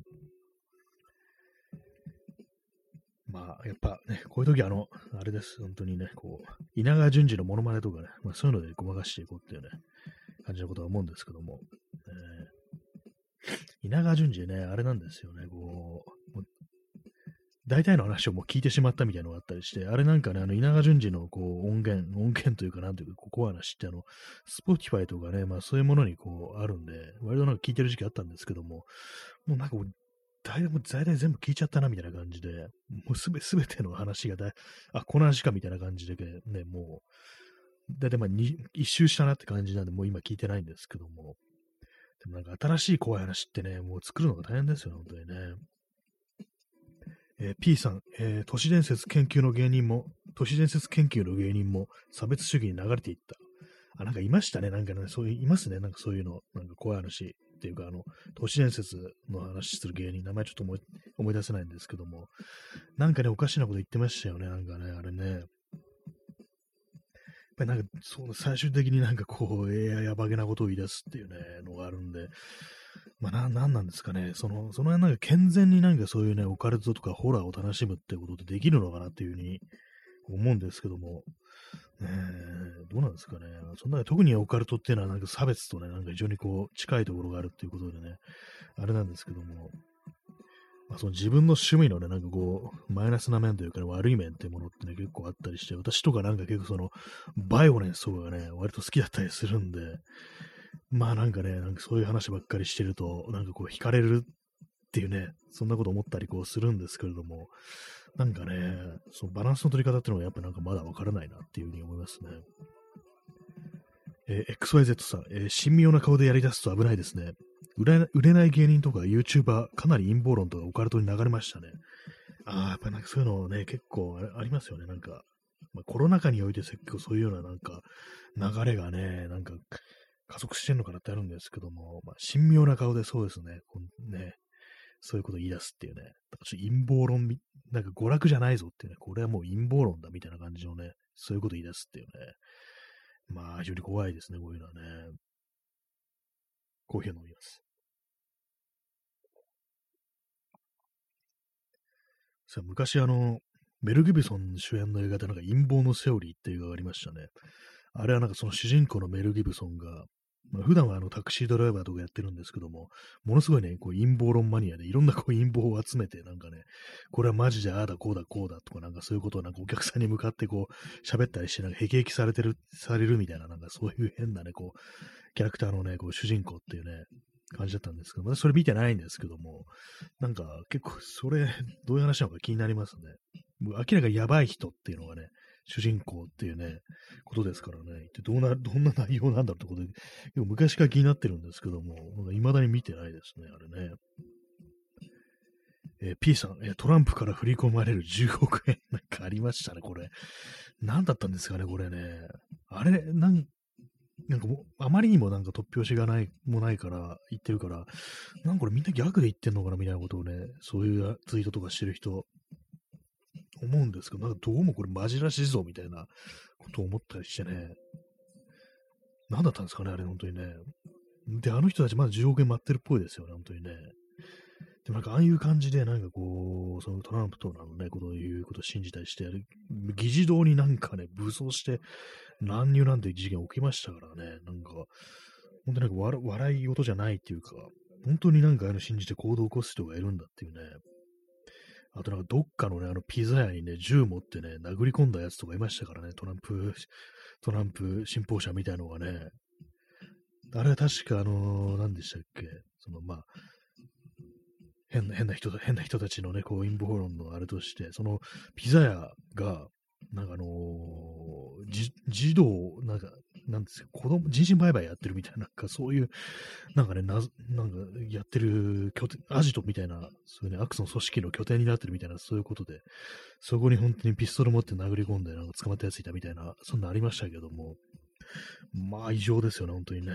まあ、やっぱね、こういう時あの、あれです、本当にね、こう、稲川淳二のモノマネとかね、まあ、そういうのでごまかしていこうっていうね、感じのことは思うんですけども、えー、稲川淳二ね、あれなんですよね、こう、もう大体の話をもう聞いてしまったみたいなのがあったりして、あれなんかね、あの稲川淳二のこう音源、音源というか、なんというか、こう怖い話ってあの、Spotify とかね、まあそういうものにこうあるんで、割となんか聞いてる時期あったんですけども、もうなんか大体もう大体全部聞いちゃったなみたいな感じで、もうすべ、すべての話がだい、あ、この話かみたいな感じでね、もう、だいたいまあに一周したなって感じなんで、もう今聞いてないんですけども、でもなんか新しい怖い話ってね、もう作るのが大変ですよね、本当にね。えー、P さん、えー都市伝説研究の芸人も、都市伝説研究の芸人も差別主義に流れていった。あ、なんかいましたね。なんかね、そういう、いますね。なんかそういうの。なんか怖い話っていうか、あの、都市伝説の話する芸人、名前ちょっと思い、思い出せないんですけども、なんかね、おかしなこと言ってましたよね。なんかね、あれね。 ぱりなんか、そう、最終的になんかこう、えややばげなことを言い出すっていうね、のがあるんで、まあ、な、なんなんですかね。その、その辺なんか健全になんかそういうね、オカルトとかホラーを楽しむってことってできるのかなっていうふうに思うんですけども、ねえ、どうなんですかね。そんな特にオカルトっていうのはなんか差別とね、なんか非常にこう、近いところがあるっていうことでね、あれなんですけども、まあ、その自分の趣味のね、なんかこう、マイナスな面というか、ね、悪い面っていうものってね、結構あったりして、私とかなんか結構その、バイオレンスとかがね、割と好きだったりするんで、まあなんかね、なんかそういう話ばっかりしてると、なんかこう惹かれるっていうね、そんなこと思ったりこうするんですけれども、なんかね、そのバランスの取り方っていうのがやっぱなんかまだわからないなっていうふうに思いますね。えー エックスワイゼット さん、えー神妙な顔でやり出すと危ないですね。売れ売れない芸人とか YouTuber、かなり陰謀論とかオカルトに流れましたね。ああ、やっぱなんかそういうのね、結構ありますよね。なんか、まあ、コロナ禍において結構そういうようななんか流れがね、なんか加速してんのかなってあるんですけども、まあ、神妙な顔でそうですね、こうね、そういうことを言い出すっていうね、ちょっと陰謀論み、なんか娯楽じゃないぞっていうね、これはもう陰謀論だみたいな感じのね、そういうことを言い出すっていうね、まあ、非常に怖いですね、こういうのはね。コーヒーを飲みます。さあ、昔あの、メル・ギブソン主演の映画でなんか陰謀のセオリーっていう映画がありましたね。あれはなんかその主人公のメル・ギブソンが、まあ、普段はあのタクシードライバーとかやってるんですけども、ものすごいね、こう陰謀論マニアでいろんなこう陰謀を集めて、なんかね、これはマジでああだこうだこうだとか、なんかそういうことをなんかお客さんに向かってこう喋ったりして、なんか辟易されてる、されるみたいな、なんかそういう変なね、こう、キャラクターのね、こう主人公っていうね、感じだったんですけど、私それ見てないんですけども、なんか結構それ、どういう話なのか気になりますね。もう明らかにやばい人っていうのがね、主人公っていうね、ことですからね、一体どんな、どんな内容なんだろうってことで、結構昔から気になってるんですけども、なんか未だに見てないですね、あれね。えー P さん、えートランプから振り込まれるじゅうおくえん、なんかありましたね、これ。何だったんですかね、これね。あれ、なん、なんかもう、あまりにもなんか突拍子がない、もないから、言ってるから、なんかこれみんなギャグで言ってんのかなみたいなことをね、そういうツイートとかしてる人、思うんですけど、なんかどうもこれマジらしいぞ、みたいなことを思ったりしてね、何だったんですかね、あれ、本当にね。で、あの人たちまだじゅうおくえん待ってるっぽいですよね、本当にね。でもなんかああいう感じで、なんかこう、そのトランプとのね、ことを言うことを信じたりして、議事堂になんかね、武装して乱入なんていう事件起きましたからね、なんか、本当になんか笑笑い事じゃないっていうか、本当になんかあの信じて行動を起こす人がいるんだっていうね。あとなんかどっかのね、あのピザ屋にね、銃持ってね、殴り込んだやつとかいましたからね、トランプ、トランプ信奉者みたいのがね。あれは確かあのー、何でしたっけ、そのまあ、変な、変な人、変な人たちのね、こう陰謀論のあれとして、そのピザ屋が、なんかあのーじ児童、なんか、なんですか、子供、人身売買やってるみたいな、なんかそういう、なんかね、な、なんかやってる拠点、アジトみたいな、そういうね、アクソン組織の拠点になってるみたいな、そういうことで、そこに本当にピストル持って殴り込んで、なんか捕まったやついたみたいな、そんなありましたけども、まあ異常ですよね、本当にね。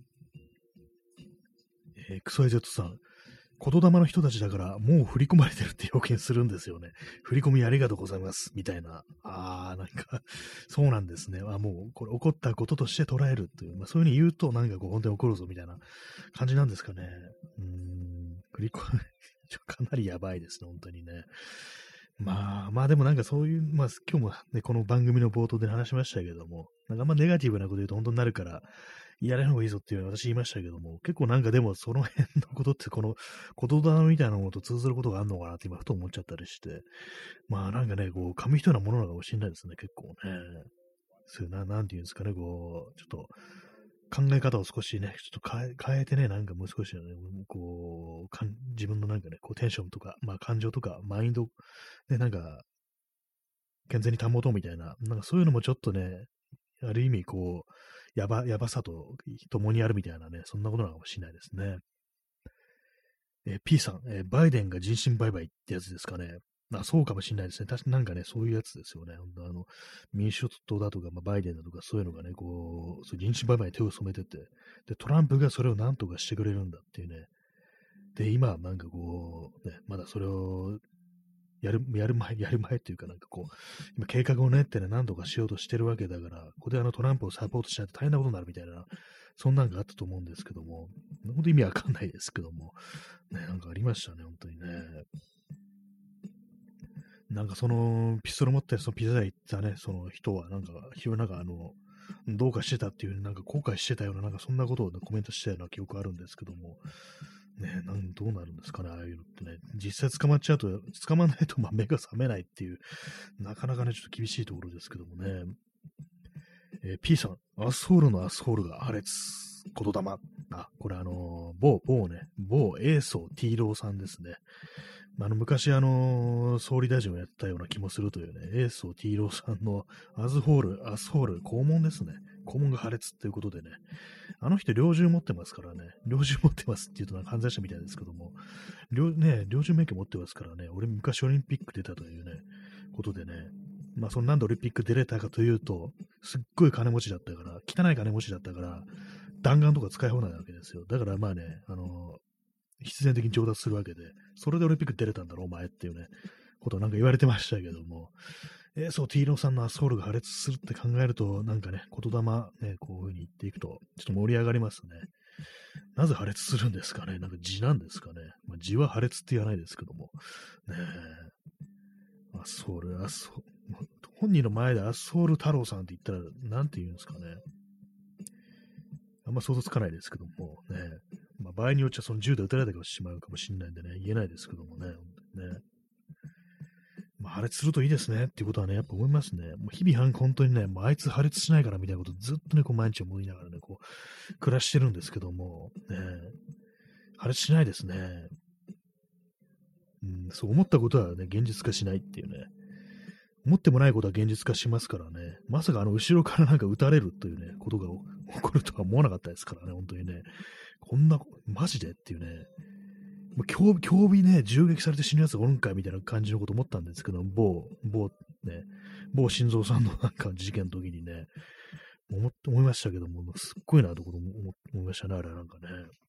えー、エックスワイゼット さん、言霊の人たちだから、もう振り込まれてるって表現するんですよね。振り込みありがとうございます。みたいな。ああ、なんかそうなんですね。あもう、これ起こったこととして捉えるっていう。まあ、そういうふうに言うと、なんかこう、本当に起こるぞ、みたいな感じなんですかね。うーん、振り込みかなりやばいですね、本当にね。まあ、まあでもなんかそういう、まあ今日もね、この番組の冒頭で話しましたけども、なんかあんまネガティブなこと言うと本当になるから、やれない方がいいぞっていうのは私言いましたけども、結構なんかでもその辺のことってこの言霊みたいなものと通ずることがあるのかなって今ふと思っちゃったりして、まあなんかね、こう紙一重なものなのかもしれないですね、結構ね。そういうな、なんていうんですかね、こう、ちょっと考え方を少しね、ちょっと変え変えてね、なんかもう少しね、こう、かん自分のなんかね、こうテンションとか、まあ感情とか、マインド、ね、なんか健全に保とうみたいな、なんかそういうのもちょっとね、ある意味こう、やば、やばさと共にあるみたいなね、そんなことなのかもしれないですね。えー P さん、えーバイデンが人身売買ってやつですかね。あ、そうかもしれないですね。確かなんかね、そういうやつですよね。本当あの、民主党だとか、まあ、バイデンだとか、そういうのがね、こう、そう人身売買に手を染めてて、で、トランプがそれを何とかしてくれるんだっていうね。で、今、なんかこう、ね、まだそれをやる、やる前、やる前っていうかなんかこう、今計画を練ってね、何とかしようとしてるわけだから、ここであのトランプをサポートしないと大変なことになるみたいな、そんなんがあったと思うんですけども、本当意味わかんないですけども、ね、なんかありましたね、本当にね。なんかその、ピストル持ってそのピザ屋行ったね、その人は、なんか、非常になんかあの、どうかしてたっていう、なんか後悔してたような、なんかそんなことを、ね、コメントしたような記憶あるんですけども、ね、なんどうなるんですかね、ああいうのってね。実際捕まっちゃうと、捕まんないとまあ目が覚めないっていう、なかなかね、ちょっと厳しいところですけどもね。えー P さん、アスホールのアスホールが破裂。言霊。あ、これあのー某、某ね、某エーソー T ローさんですね。あの、昔あのー総理大臣をやったような気もするというね、エーソー T ローさんのアズホール、アスホール、肛門ですね。肛門が破裂っていうことでね、あの人、猟銃持ってますからね、猟銃持ってますって言うとなんか犯罪者みたいですけども、猟ね、猟銃免許持ってますからね、俺昔オリンピック出たというね、ことでね、まあそのなんでオリンピック出れたかというと、すっごい金持ちだったから、汚い金持ちだったから、弾丸とか使い放題なわけですよ。だからまあね、あの必然的に上達するわけで、それでオリンピック出れたんだろ、お前っていうね、ことをなんか言われてましたけども、えー、そう、ティーローさんのアスホールが破裂するって考えると、なんかね、言霊ね、こういう風に言っていくと、ちょっと盛り上がりますね。なぜ破裂するんですかね。なんか字なんですかね。まあ、字は破裂って言わないですけども。ねえ。アスホール、アスホール。本人の前でアスホール太郎さんって言ったら、なんて言うんですかね。あんま想像つかないですけども、ね。まあ、場合によっちゃその銃で撃たれてしまうかもしれないんでね、言えないですけどもね。ねまあ、破裂するといいですねっていうことはね、やっぱ思いますね。もう日々、本当にね、もうあいつ破裂しないからみたいなことずっとね、こう毎日思いながらね、こう、暮らしてるんですけども、ね、破裂しないですね。うん、そう思ったことはね、現実化しないっていうね。思ってもないことは現実化しますからね。まさかあの、後ろからなんか撃たれるというね、ことが起こるとは思わなかったですからね、本当にね。こんな、マジでっていうね。もう競競技ね、銃撃されて死ぬやつがおるんかいみたいな感じのこと思ったんですけど、某、某、ね、某心臓さんのなんか事件の時にね、思って思いましたけども、すっごいなと思思いましたね、あれはなんかね。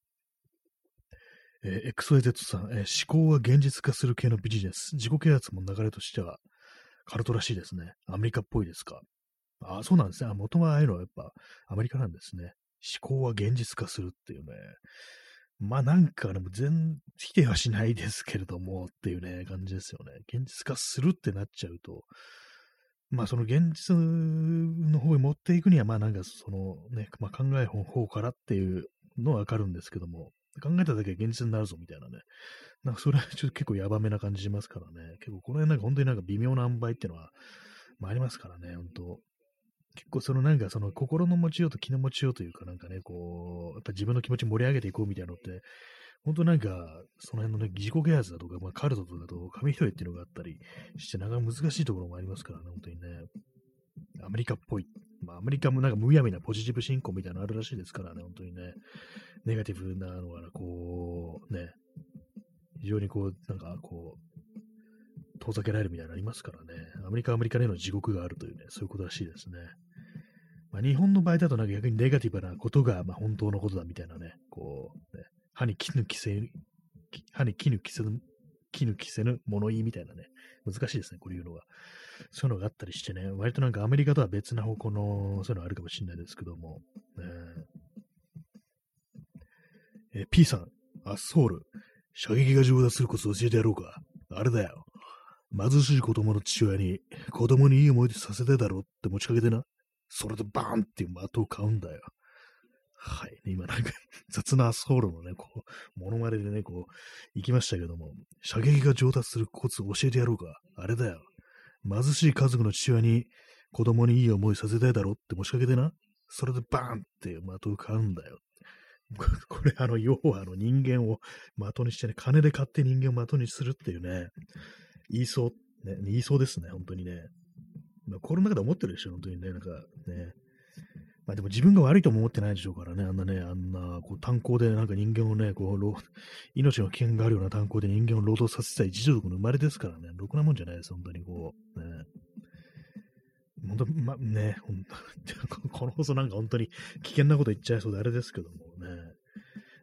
えー、エクソエゼットさん、えー思考が現実化する系のビジネス。自己啓発も流れとしては、カルトらしいですね。アメリカっぽいですか。あ、そうなんですね。元はああいうのはやっぱアメリカなんですね。思考は現実化するっていうね。まあなんかね、全否定はしないですけれどもっていうね、感じですよね。現実化するってなっちゃうと、まあその現実の方に持っていくには、まあなんかそのね、まあ考えの方からっていうのはわかるんですけども、考えただけ現実になるぞみたいなね。なんかそれはちょっと結構ヤバめな感じしますからね。結構この辺なんか本当になんか微妙な塩梅っていうのは、まあありますからね、本当結構そのなんかその心の持ちようと気の持ちようというかなんかね、こう、やっぱ自分の気持ち盛り上げていこうみたいなのって、本当なんか、その辺のね、自己啓発だとか、まあ、カルトとかと紙一重っていうのがあったりして、なかなか難しいところもありますからね、本当にね。アメリカっぽい。まあ、アメリカもなんかむやみなポジティブ信仰みたいなのあるらしいですからね、本当にね。ネガティブなのが、こう、ね、非常にこう、なんかこう、遠ざけられるみたいなのありますからね。アメリカはアメリカでの地獄があるというね、そういうことらしいですね。まあ、日本の場合だとなんか逆にネガティブなことがまあ本当のことだみたいなね、こう、ね、歯に絹着せ、歯に絹着せぬ、絹着せぬ物言いみたいなね、難しいですね、これ言うのが。そういうのがあったりしてね、割となんかアメリカとは別な方向の、そういうのあるかもしれないですけども、ねえー P さん、アスホール、射撃が上達するコツ教えてやろうか。あれだよ。貧しい子供の父親に、子供にいい思い出させてだろって持ちかけてな。それでバーンっていう的を買うんだよ。はい。今なんか雑なアスホールのね、こう、モノマネでね、こう、行きましたけども、射撃が上達するコツを教えてやろうか。あれだよ。貧しい家族の父親に子供にいい思いさせたいだろって持ちかけてな。それでバーンって的を買うんだよ。これ、あの、要はあの人間を的にしてね、金で買って人間を的にするっていうね、言いそう、ね、言いそうですね、本当にね。まあ、心の中で思ってるでしょ、本当にね、なんかね。まあでも自分が悪いとも思ってないでしょうからね、あんなね、あんな、こう、炭鉱でなんか人間をね、こう、労命の危険があるような炭鉱で人間を労働させたい一族の生まれですからね、ろくなもんじゃないです、本当にこう、ね。本当、ま、ね、ほんとこの放送なんか本当に危険なこと言っちゃいそうであれですけどもね。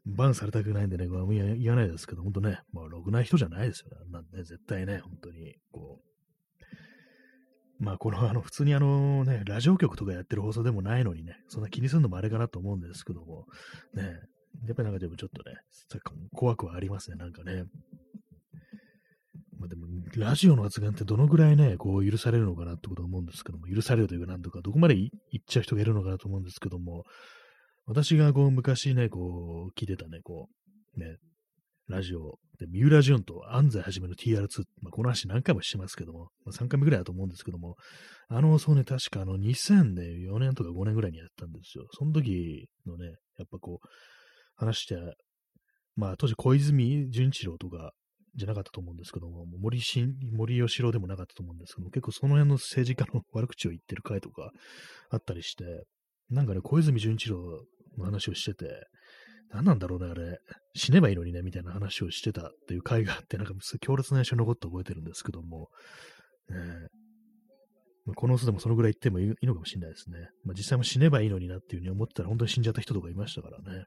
バンされたくないんでね、こう言わ言わないですけど、本当ね、まあ、ろくな人じゃないですよね。なんで、ね、絶対ね、本当に、こう、まあ、この、あの、普通にあのね、ラジオ局とかやってる放送でもないのにね、そんな気にするのもあれかなと思うんですけども、ね、やっぱりなんかでもちょっとね、怖くはありますね、なんかね。まあでも、ラジオの発言ってどのぐらいね、こう許されるのかなってことを思うんですけども、許されるというか、なんとか、どこまで言っちゃう人がいるのかなと思うんですけども、私がこう昔ね、こう聞いてたね、こう、ね、ラジオで、三浦淳と安西はじめの ティーアールツー、まあ、この話何回もしてますけども、まあ、さんかいめぐらいだと思うんですけども、あの、そうね、確かあのにせんよねんとかごねんぐらいにやったんですよ。その時のね、やっぱこう、話して、まあ当時小泉純一郎とかじゃなかったと思うんですけども、森進森喜朗でもなかったと思うんですけども、結構その辺の政治家の悪口を言ってる回とかあったりして、なんかね、小泉純一郎の話をしてて、何なんだろうね、あれ。死ねばいいのにね、みたいな話をしてたっていう回があって、なんか強烈な印象に残って覚えてるんですけども、ねまあ、この人でもそのぐらい言ってもいいのかもしれないですね。まあ、実際も死ねばいいのになっていうふうに思ってたら、本当に死んじゃった人とかいましたからね。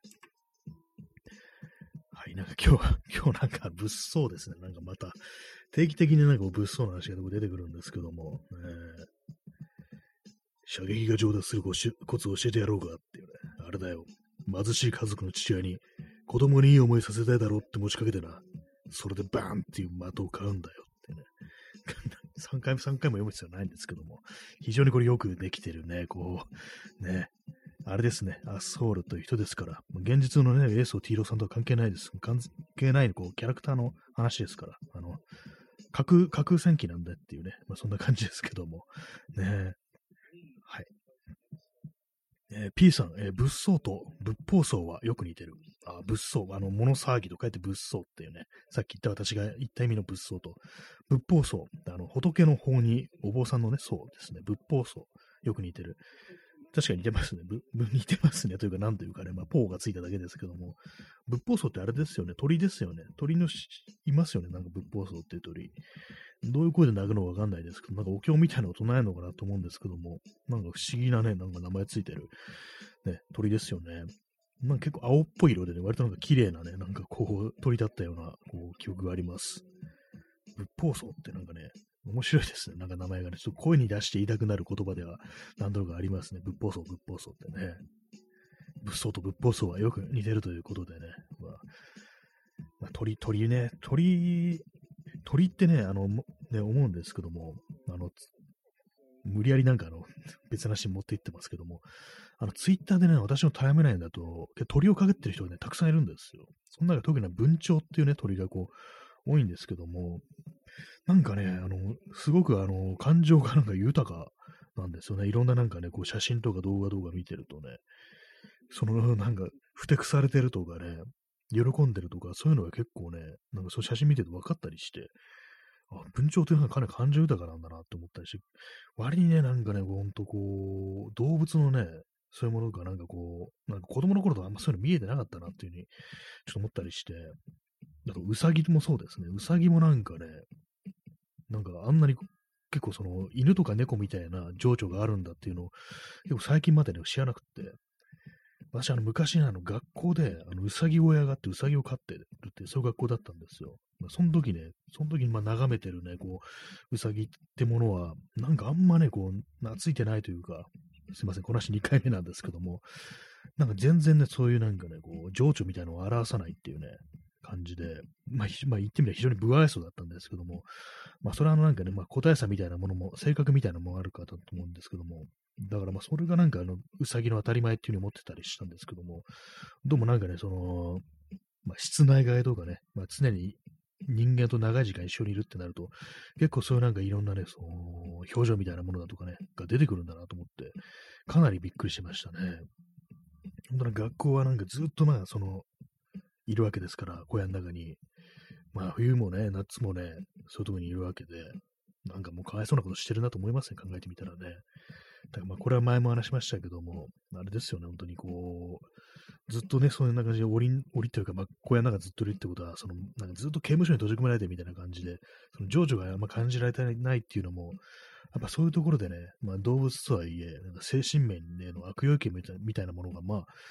はい、なんか今日は、今日なんか物騒ですね。なんかまた、定期的になんか物騒な話が出てくるんですけども、ね、射撃が上達するコツを教えてやろうかっていうね、あれだよ。貧しい家族の父親に子供にいい思いさせたいだろうって持ちかけてな。それでバーンっていう的を買うんだよってね。さんかいもさんかいも読む必要ないんですけども、非常にこれよくできてるね、こう、ね。あれですね、アスホールという人ですから、現実のね、エースをティーローさんとは関係ないです。関係ないこうキャラクターの話ですから、あの、架空、架空戦記なんだっていうね、まあ、そんな感じですけども、ね。はい。えー、P さん、えー、物騒と仏法僧はよく似てる。あ、仏僧、あの、物騒ぎと書いて仏僧っていうね、さっき言った私が言った意味の仏僧と、仏法僧、あの、仏の方にお坊さんのね、僧ですね、仏法僧、よく似てる。確かに似てますね。ぶ、ぶ似てますね。というか、なんというかね、まあ、ポーがついただけですけども、仏法僧ってあれですよね、鳥ですよね。鳥のいますよね、なんか仏法僧っていう鳥。どういう声で鳴くのかわかんないですけど、なんかお経みたいなのを唱えるのかなと思うんですけども、なんか不思議なね、なんか名前ついてる、ね、鳥ですよね。なんか結構青っぽい色でね、割となんか綺麗なね、なんかこう、鳥だったような、こう、記憶があります。仏法僧ってなんかね、面白いですね。なんか名前がね、ちょっと声に出して言いたくなる言葉では何度かありますね。仏法僧、仏法僧ってね。仏僧と仏法僧はよく似てるということでね。まあ、まあ、鳥、鳥ね、鳥、鳥ってね、あの、ね、思うんですけども、あの、無理やりなんかあの、別な話に持っていってますけども、あの、ツイッターでね、私のタイムラインだと、鳥をかけってる人がね、たくさんいるんですよ。その中で特に文鳥っていうね、鳥がこう、多いんですけども、なんかね、あの、すごくあの、感情がなんか豊かなんですよね。いろんななんかね、こう写真とか動画動画見てるとね、そのなんか、ふてくされてるとかね、喜んでるとか、そういうのが結構ね、なんかそう写真見てて分かったりして、あ、文鳥ってなんかかなり感情豊かなんだなって思ったりして、割にね、なんかね、ほんとこう、動物のね、そういうものがなんかこう、なんか子供の頃とあんまそういうの見えてなかったなっていうふうに、ちょっと思ったりして、あと、ウサギもそうですね。ウサギもなんかね、なんかあんなに結構その犬とか猫みたいな情緒があるんだっていうのを結構最近までね知らなくて、私あの昔ねあの学校であのうさぎ小屋があってうさぎを飼ってるってそういう学校だったんですよ。まあ、その時ね、その時にまあ眺めてるね、こう、うさぎってものは、なんかあんまね、こう、懐いてないというか、すいません、この話にかいめなんですけども、なんか全然ね、そういうなんかね、こう、情緒みたいなのを表さないっていうね、感じで、まあ、まあ、言ってみれば非常に不愛想だったんですけども、まあ、それはあのなんかね、まあ、個体差みたいなものも、性格みたいなものもあるかと思うんですけども、だからまあ、それがなんかあの、うさぎの当たり前っていうふうに思ってたりしたんですけども、どうもなんかね、その、まあ、室内外とかね、まあ、常に人間と長い時間一緒にいるってなると、結構そういうなんかいろんなね、その、表情みたいなものだとかね、が出てくるんだなと思って、かなりびっくりしましたね。本当に学校はなんかずっとまあ、その、いるわけですから、小屋の中に。まあ、冬もね、夏もね、そういうとこにいるわけで、なんかもうかわいそうなことしてるなと思いますね、考えてみたらね。だからまあ、これは前も話しましたけども、あれですよね、本当にこう、ずっとね、そういう感じで、檻、檻というか、まあ、小屋の中ずっといるってことは、その、なんかずっと刑務所に閉じ込められてるみたいな感じで、その情緒があんま感じられてないっていうのも、やっぱそういうところでね、まあ動物とはいえ、なんか精神面での悪影響みたいみたいなものが、まあ、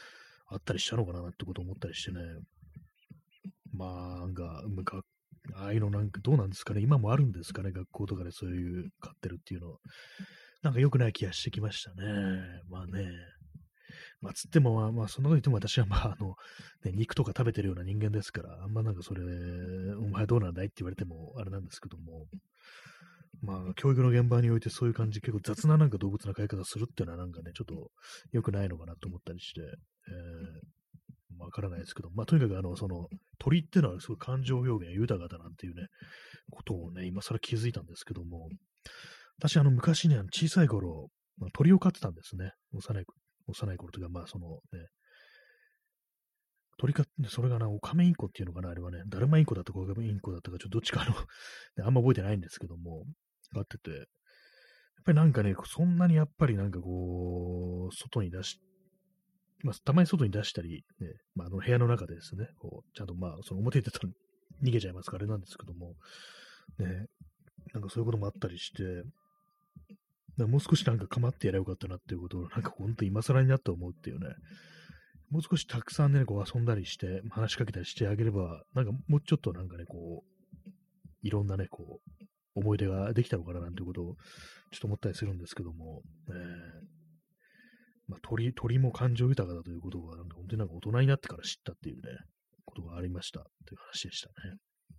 あったりしたのかなってことを思ったりしてね。まあ、なんか、むかああいうのなんかどうなんですかね。今もあるんですかね。学校とかでそういう飼ってるっていうの。なんか良くない気がしてきましたね。まあね。まあ、つっても、まあ、まあ、そんなこと言っても私は、まあ、あの、ね、肉とか食べてるような人間ですから、あんまなんかそれ、お前どうなんだいって言われても、あれなんですけども、まあ、教育の現場においてそういう感じ、結構雑ななんか動物の飼い方するっていうのはなんかね、ちょっと良くないのかなと思ったりして、えー、わからないですけど、まあ、とにかくあの、その、鳥っていうのはすごい感情表現が豊かだなんていうね、ことをね、今更気づいたんですけども、私、あの、昔ね、小さい頃、まあ、鳥を飼ってたんですね。幼い、幼い頃というか、まあ、そのね、鳥か、それがな、オカメインコっていうのかな、あれはね、ダルマインコだったかオカメインコだったか、ちょっとどっちかあのね、あんま覚えてないんですけども、飼ってて、やっぱりなんかね、そんなにやっぱりなんかこう、外に出し、まあ、たまに外に出したり、ね、まあ、あの部屋の中でですね、こう、ちゃんとまあ、その表に出たら逃げちゃいますからあれなんですけども、ね、なんかそういうこともあったりして、もう少しなんか構ってやればよかったなっていうことを、なんか本当今更になって思うっていうね、もう少したくさんね、こう遊んだりして、話しかけたりしてあげれば、なんかもうちょっとなんかね、こう、いろんなね、こう、思い出ができたのかななんてことをちょっと思ったりするんですけども、えーまあ、鳥、鳥も感情豊かだということが、なんか本当になんか大人になってから知ったっていうね、ことがありましたという話でしたね。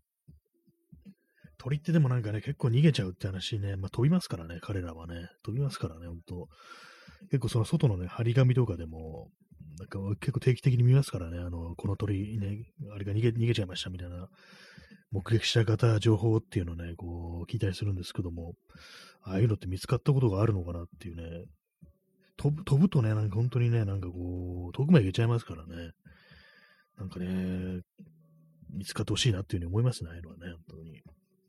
鳥ってでもなんかね、結構逃げちゃうって話ね、まあ飛びますからね、彼らはね、飛びますからね、本当結構その外のね、張り紙とかでも、なんか結構定期的に見ますからね、あの、この鳥ね、あれが逃げ、逃げちゃいましたみたいな、目撃した方、情報っていうのをね、こう、聞いたりするんですけども、ああいうのって見つかったことがあるのかなっていうね、飛ぶ、飛ぶとね、なんか本当にね、なんかこう、遠くまで行けちゃいますからね、なんかね、見つかってほしいなっていうふうに思いますね、ああいうのはね、本当に。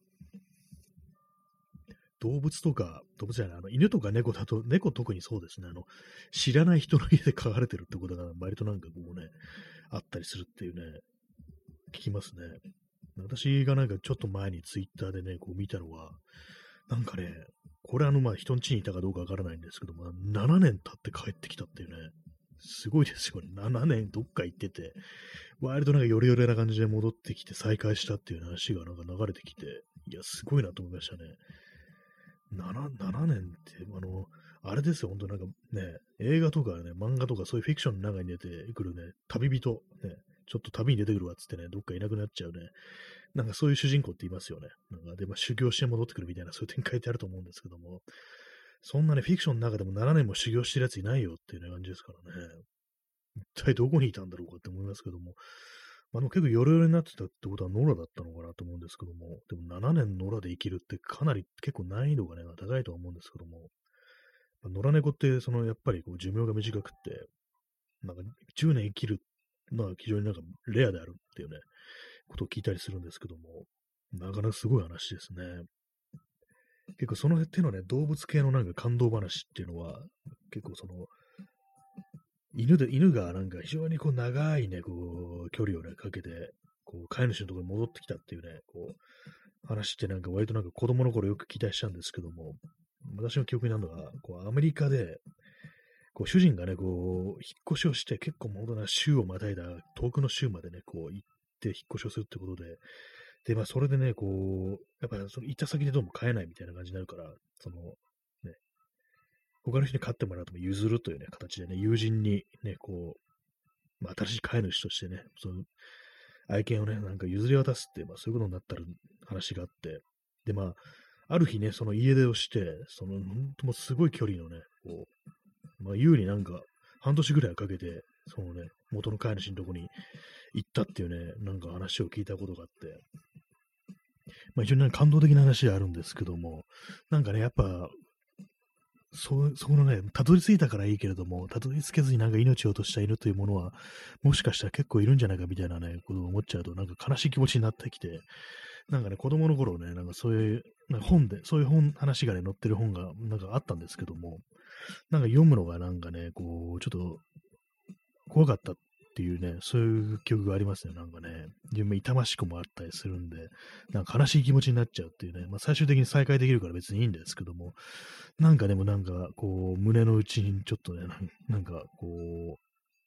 動物とか、動物じゃない、あの、犬とか猫だと、猫特にそうですね、あの、知らない人の家で飼われてるってことが、割となんかこうね、あったりするっていうね、聞きますね。私がなんかちょっと前にツイッターでね、こう見たのは、なんかね、これあの、まあ、人ん家にいたかどうかわからないんですけども、ななねん経って帰ってきたっていうね、すごいですよね。ななねんどっか行ってて、割となんかヨレヨレな感じで戻ってきて再会したっていう話がなんか流れてきて、いや、すごいなと思いましたね。なな、ななねんって、あの、あれですよ、本当なんかね、映画とかね、漫画とかそういうフィクションの中に出てくるね、旅人、ね、ちょっと旅に出てくるわっつってね、どっかいなくなっちゃうね、なんかそういう主人公って言いますよね。なんかで、まあ、修行して戻ってくるみたいな、そういう展開ってあると思うんですけども、そんなね、フィクションの中でもななねんも修行してるやついないよっていうね感じですからね。一体どこにいたんだろうかって思いますけども、まあ、でも結構ヨレヨレになってたってことはノラだったのかなと思うんですけども、でもななねんノラで生きるってかなり結構難易度がね、高いとは思うんですけども、まあ、野良猫ってそのやっぱりこう寿命が短くって、なんかじゅうねん生きるのは非常になんかレアであるっていうね、ことを聞いたりするんですけども、なかなかすごい話ですね。結構その手のね、動物系のなんか感動話っていうのは、結構その、犬で、犬がなんか非常にこう長いね、こう、距離をね、かけて、こう、飼い主のところに戻ってきたっていうね、こう、話ってなんか割となんか子供の頃よく聞いたりしたんですけども、私の記憶になるのは、こう、アメリカで、こう、主人がね、こう、引っ越しをして、結構もうな州をまたいだ遠くの州までね、こう、行って引っ越しをするってことで、で、まあ、それでね、こう、やっぱりその行った先でどうも買えないみたいな感じになるから、その、ね、他の人に買ってもらうとも譲るというね、形でね、友人にね、こう、まあ、新しい飼い主としてね、その愛犬をね、なんか譲り渡すっていう、まあ、そういうことになったら話があって、で、まあ、ある日ね、その家出をして、その、本当もうすごい距離のね、こう、まあ、優になんか、半年ぐらいかけて、そのね、元の飼い主のとこに行ったっていうね、なんか話を聞いたことがあって、まあ、非常になんか感動的な話であるんですけども、なんかね、やっぱ、そ、そこのね、たどり着いたからいいけれども、たどり着けずになんか命を落とした犬というものは、もしかしたら結構いるんじゃないかみたいなね、ことを思っちゃうと、なんか悲しい気持ちになってきて、なんかね、子供の頃ね、なんかそういう、なんか本で、そういう本、話がね、載ってる本がなんかあったんですけども、なんか読むのがなんかね、こう、ちょっと怖かったっていうね、そういう記憶がありますね、なんかね。自分痛ましくもあったりするんで、なんか悲しい気持ちになっちゃうっていうね、まあ最終的に再会できるから別にいいんですけども、なんかでもなんか、こう、胸の内にちょっとね、なんなんかこう、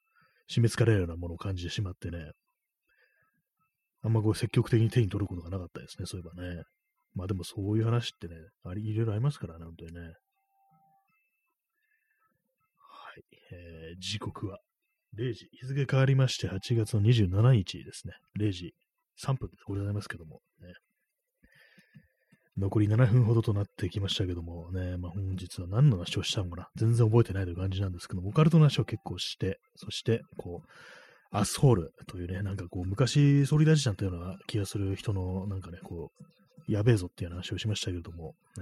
締め付けられるようなものを感じてしまってね、あんまこう積極的に手に取ることがなかったですね、そういえばね。まあでもそういう話ってね、あり、いろいろありますからね、本当にね。はい。えー、時刻はれいじ、日付変わりましてはちがつのにじゅうしちにちですね。れいじさんぷんでございますけども、ね。残りななふんほどとなってきましたけどもね、まあ本日は何の話をしたのかな全然覚えてないという感じなんですけども、オカルトの話を結構して、そして、こう、アスホールというね、なんかこう、昔総理大臣だったような気がする人の、なんかね、こう、やべえぞっていう話をしましたけれども、ね、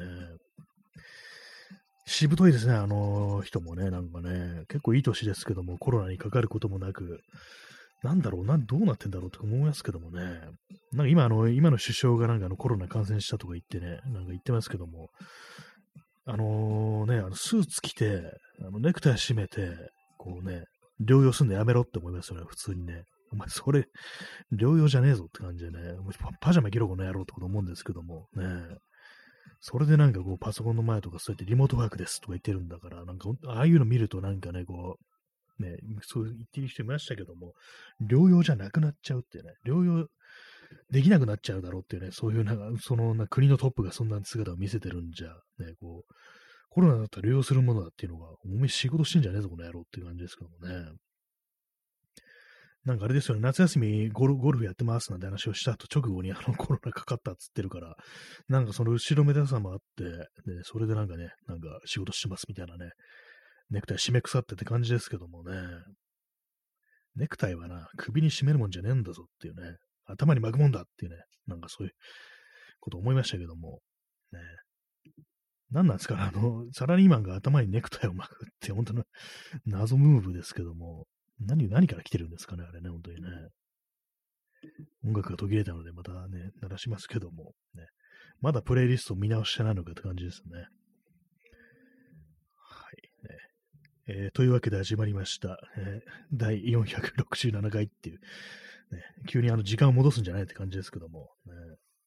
しぶといですね、あの人もね、なんかね、結構いい年ですけども、コロナにかかることもなく、なんだろうな、どうなってんだろうと思いますけどもね。なんか今、あの、今の首相がなんかあのコロナ感染したとか言ってね、なんか言ってますけども、あのね、あのスーツ着て、あのネクタイ締めて、こうね、療養すんのやめろって思いますよね、普通にね。お前、それ、療養じゃねえぞって感じでね、パパジャマ着ろこの野郎ってこと思うんですけども、ね。それでなんかこう、パソコンの前とかそうやってリモートワークですとか言ってるんだから、なんか、ああいうの見るとなんかね、こう、ね、そう言ってる人いましたけども、療養じゃなくなっちゃうってね、療養できなくなっちゃうだろうっていうね、そういうなんか、そのな国のトップがそんな姿を見せてるんじゃ、ね、こう、コロナだったら療養するものだっていうのが、お前仕事してんじゃねえぞ、この野郎っていう感じですけどもね。なんかあれですよね、夏休みゴルゴルフやってますなんて話をした後直後にあのコロナかかったっつってるから、なんかその後ろめたさもあって、で、それでなんかね、なんか仕事してますみたいなね、ネクタイ締め腐ってって感じですけどもね、ネクタイはな、首に締めるもんじゃねえんだぞっていうね、頭に巻くもんだっていうね、なんかそういうこと思いましたけども、ね、何なんですかね、あの、サラリーマンが頭にネクタイを巻くって、本当の謎ムーブですけども、何、何から来てるんですかね、あれね、本当にね。音楽が途切れたので、またね、鳴らしますけども、ね。まだプレイリスト見直してないのかって感じですね。はい。ねえー、というわけで始まりました。えー、だいよんひゃくろくじゅうななかいっていう、ね、急にあの時間を戻すんじゃないって感じですけども、ね。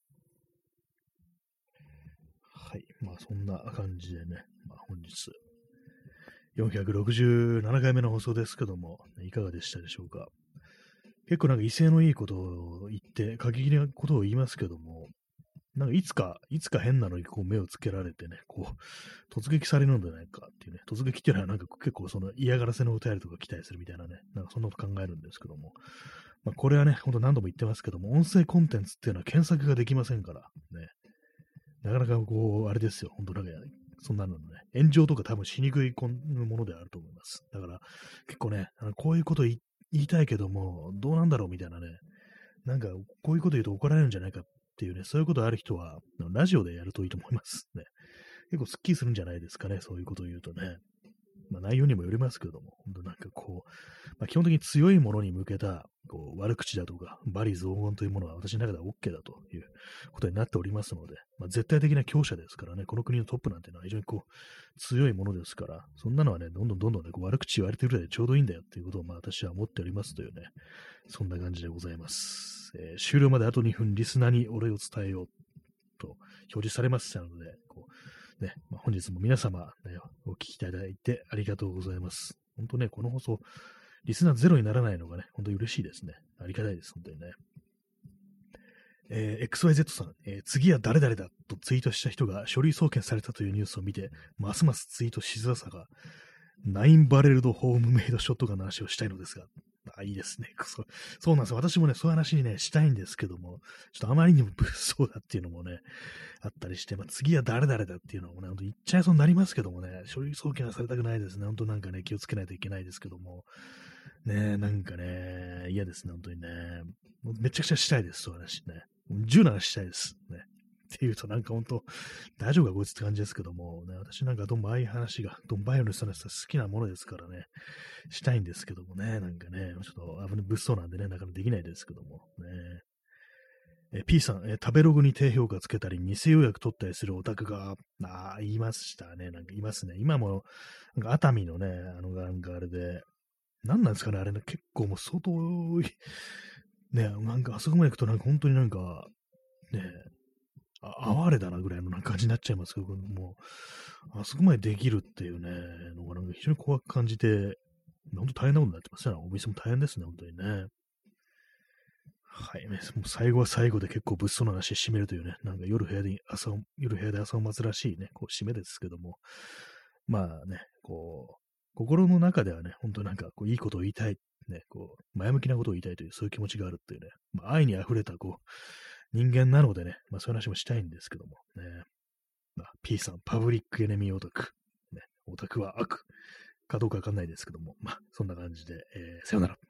はい。まあそんな感じでね、まあ本日、よんひゃくろくじゅうななかいめの放送ですけども、いかがでしたでしょうか。結構なんか威勢のいいことを言って、過激なことを言いますけども、なんかいつか、いつか変なのにこう目をつけられてね、こう、突撃されるのではないかっていうね、突撃っていうのはなんか結構その嫌がらせの歌やりとか期待するみたいなね、なんかそんなこと考えるんですけども、まあこれはね、ほんと何度も言ってますけども、音声コンテンツっていうのは検索ができませんから、ね、なかなかこう、あれですよ、本当なんか、そんなのね、炎上とか多分しにくいものであると思います。だから、結構ね、あのこういうこと言いたいけども、どうなんだろうみたいなね、なんか、こういうこと言うと怒られるんじゃないかっていうね、そういうことある人は、ラジオでやるといいと思いますね。結構スッキリするんじゃないですかね、そういうことを言うとね。まあ内容にもよりますけども、本当なんかこう、まあ、基本的に強いものに向けたこう悪口だとか、罵詈雑言というものは私の中では OK だということになっておりますので、まあ、絶対的な強者ですからね、この国のトップなんていうのは非常にこう強いものですから、そんなのはね、どんどんどんどんね、こう悪口言われてるぐらいでちょうどいいんだよっていうことをまあ私は思っておりますというね、そんな感じでございます。えー、終了まであとにふん、リスナーにお礼を伝えようと表示されましたので、こうね、まあ、本日も皆様、ね、お聞きいただいてありがとうございます。本当ね、この放送、リスナーゼロにならないのがね、本当に嬉しいですね。ありがたいです、本当にね。えー、エックスワイゼット さん、えー、次は誰々だとツイートした人が書類送検されたというニュースを見て、ますますツイートしづらさが、ナインバレルドホームメイドショットガンの話をしたいのですが、あ、いいですね。そう、そうなんですよ。私もね、そういう話にね、したいんですけども、ちょっとあまりにも物騒だっていうのもね、あったりして、まあ、次は誰々だっていうのもね、ほんと言っちゃいそうになりますけどもね、書類送検はされたくないですね。本当なんかね、気をつけないといけないですけども、ね、なんかね、嫌ですね、本当にね。もうめちゃくちゃしたいです、そういう話ね。じゅうななしたいです。ね。っていうとなんか本当、大丈夫かこいつって感じですけども、ね、私なんかどんどんああいう話が、どんバイオの人の人は好きなものですからね、したいんですけどもね、なんかね、ちょっと危ない物騒なんでね、なかなかできないですけども、ね。え P さん、え食べログに低評価つけたり、偽予約取ったりするオタクが、ああ、言いましたね。なんかいますね。今も、なんか熱海のね、あの、なんかあれで、何なんですかね、あれね、結構もう相当、ね、なんかあそこまで行くとなんか本当になんか、ね、あ哀れだなぐらいのなんか感じになっちゃいますけど、もう、あそこまでできるっていうね、のがなんか非常に怖く感じて、 本当大変なことになってますね。お店も大変ですね、本当にね。はい、ね、もう最後は最後で結構物騒な話締めるというね、なんか夜部屋で朝を、夜部屋で朝を待つらしいね、こう締めですけども、まあね、こう、心の中ではね、本当なんかこういいことを言いたい、ね、こう、前向きなことを言いたいという、そういう気持ちがあるっていうね、まあ、愛に溢れたこう、人間なのでね、まあそういう話もしたいんですけども、ね、まあ、P さん、パブリックエネミーオタク、ね、オタクは悪かどうかわかんないですけども、まあそんな感じで、えーさよなら。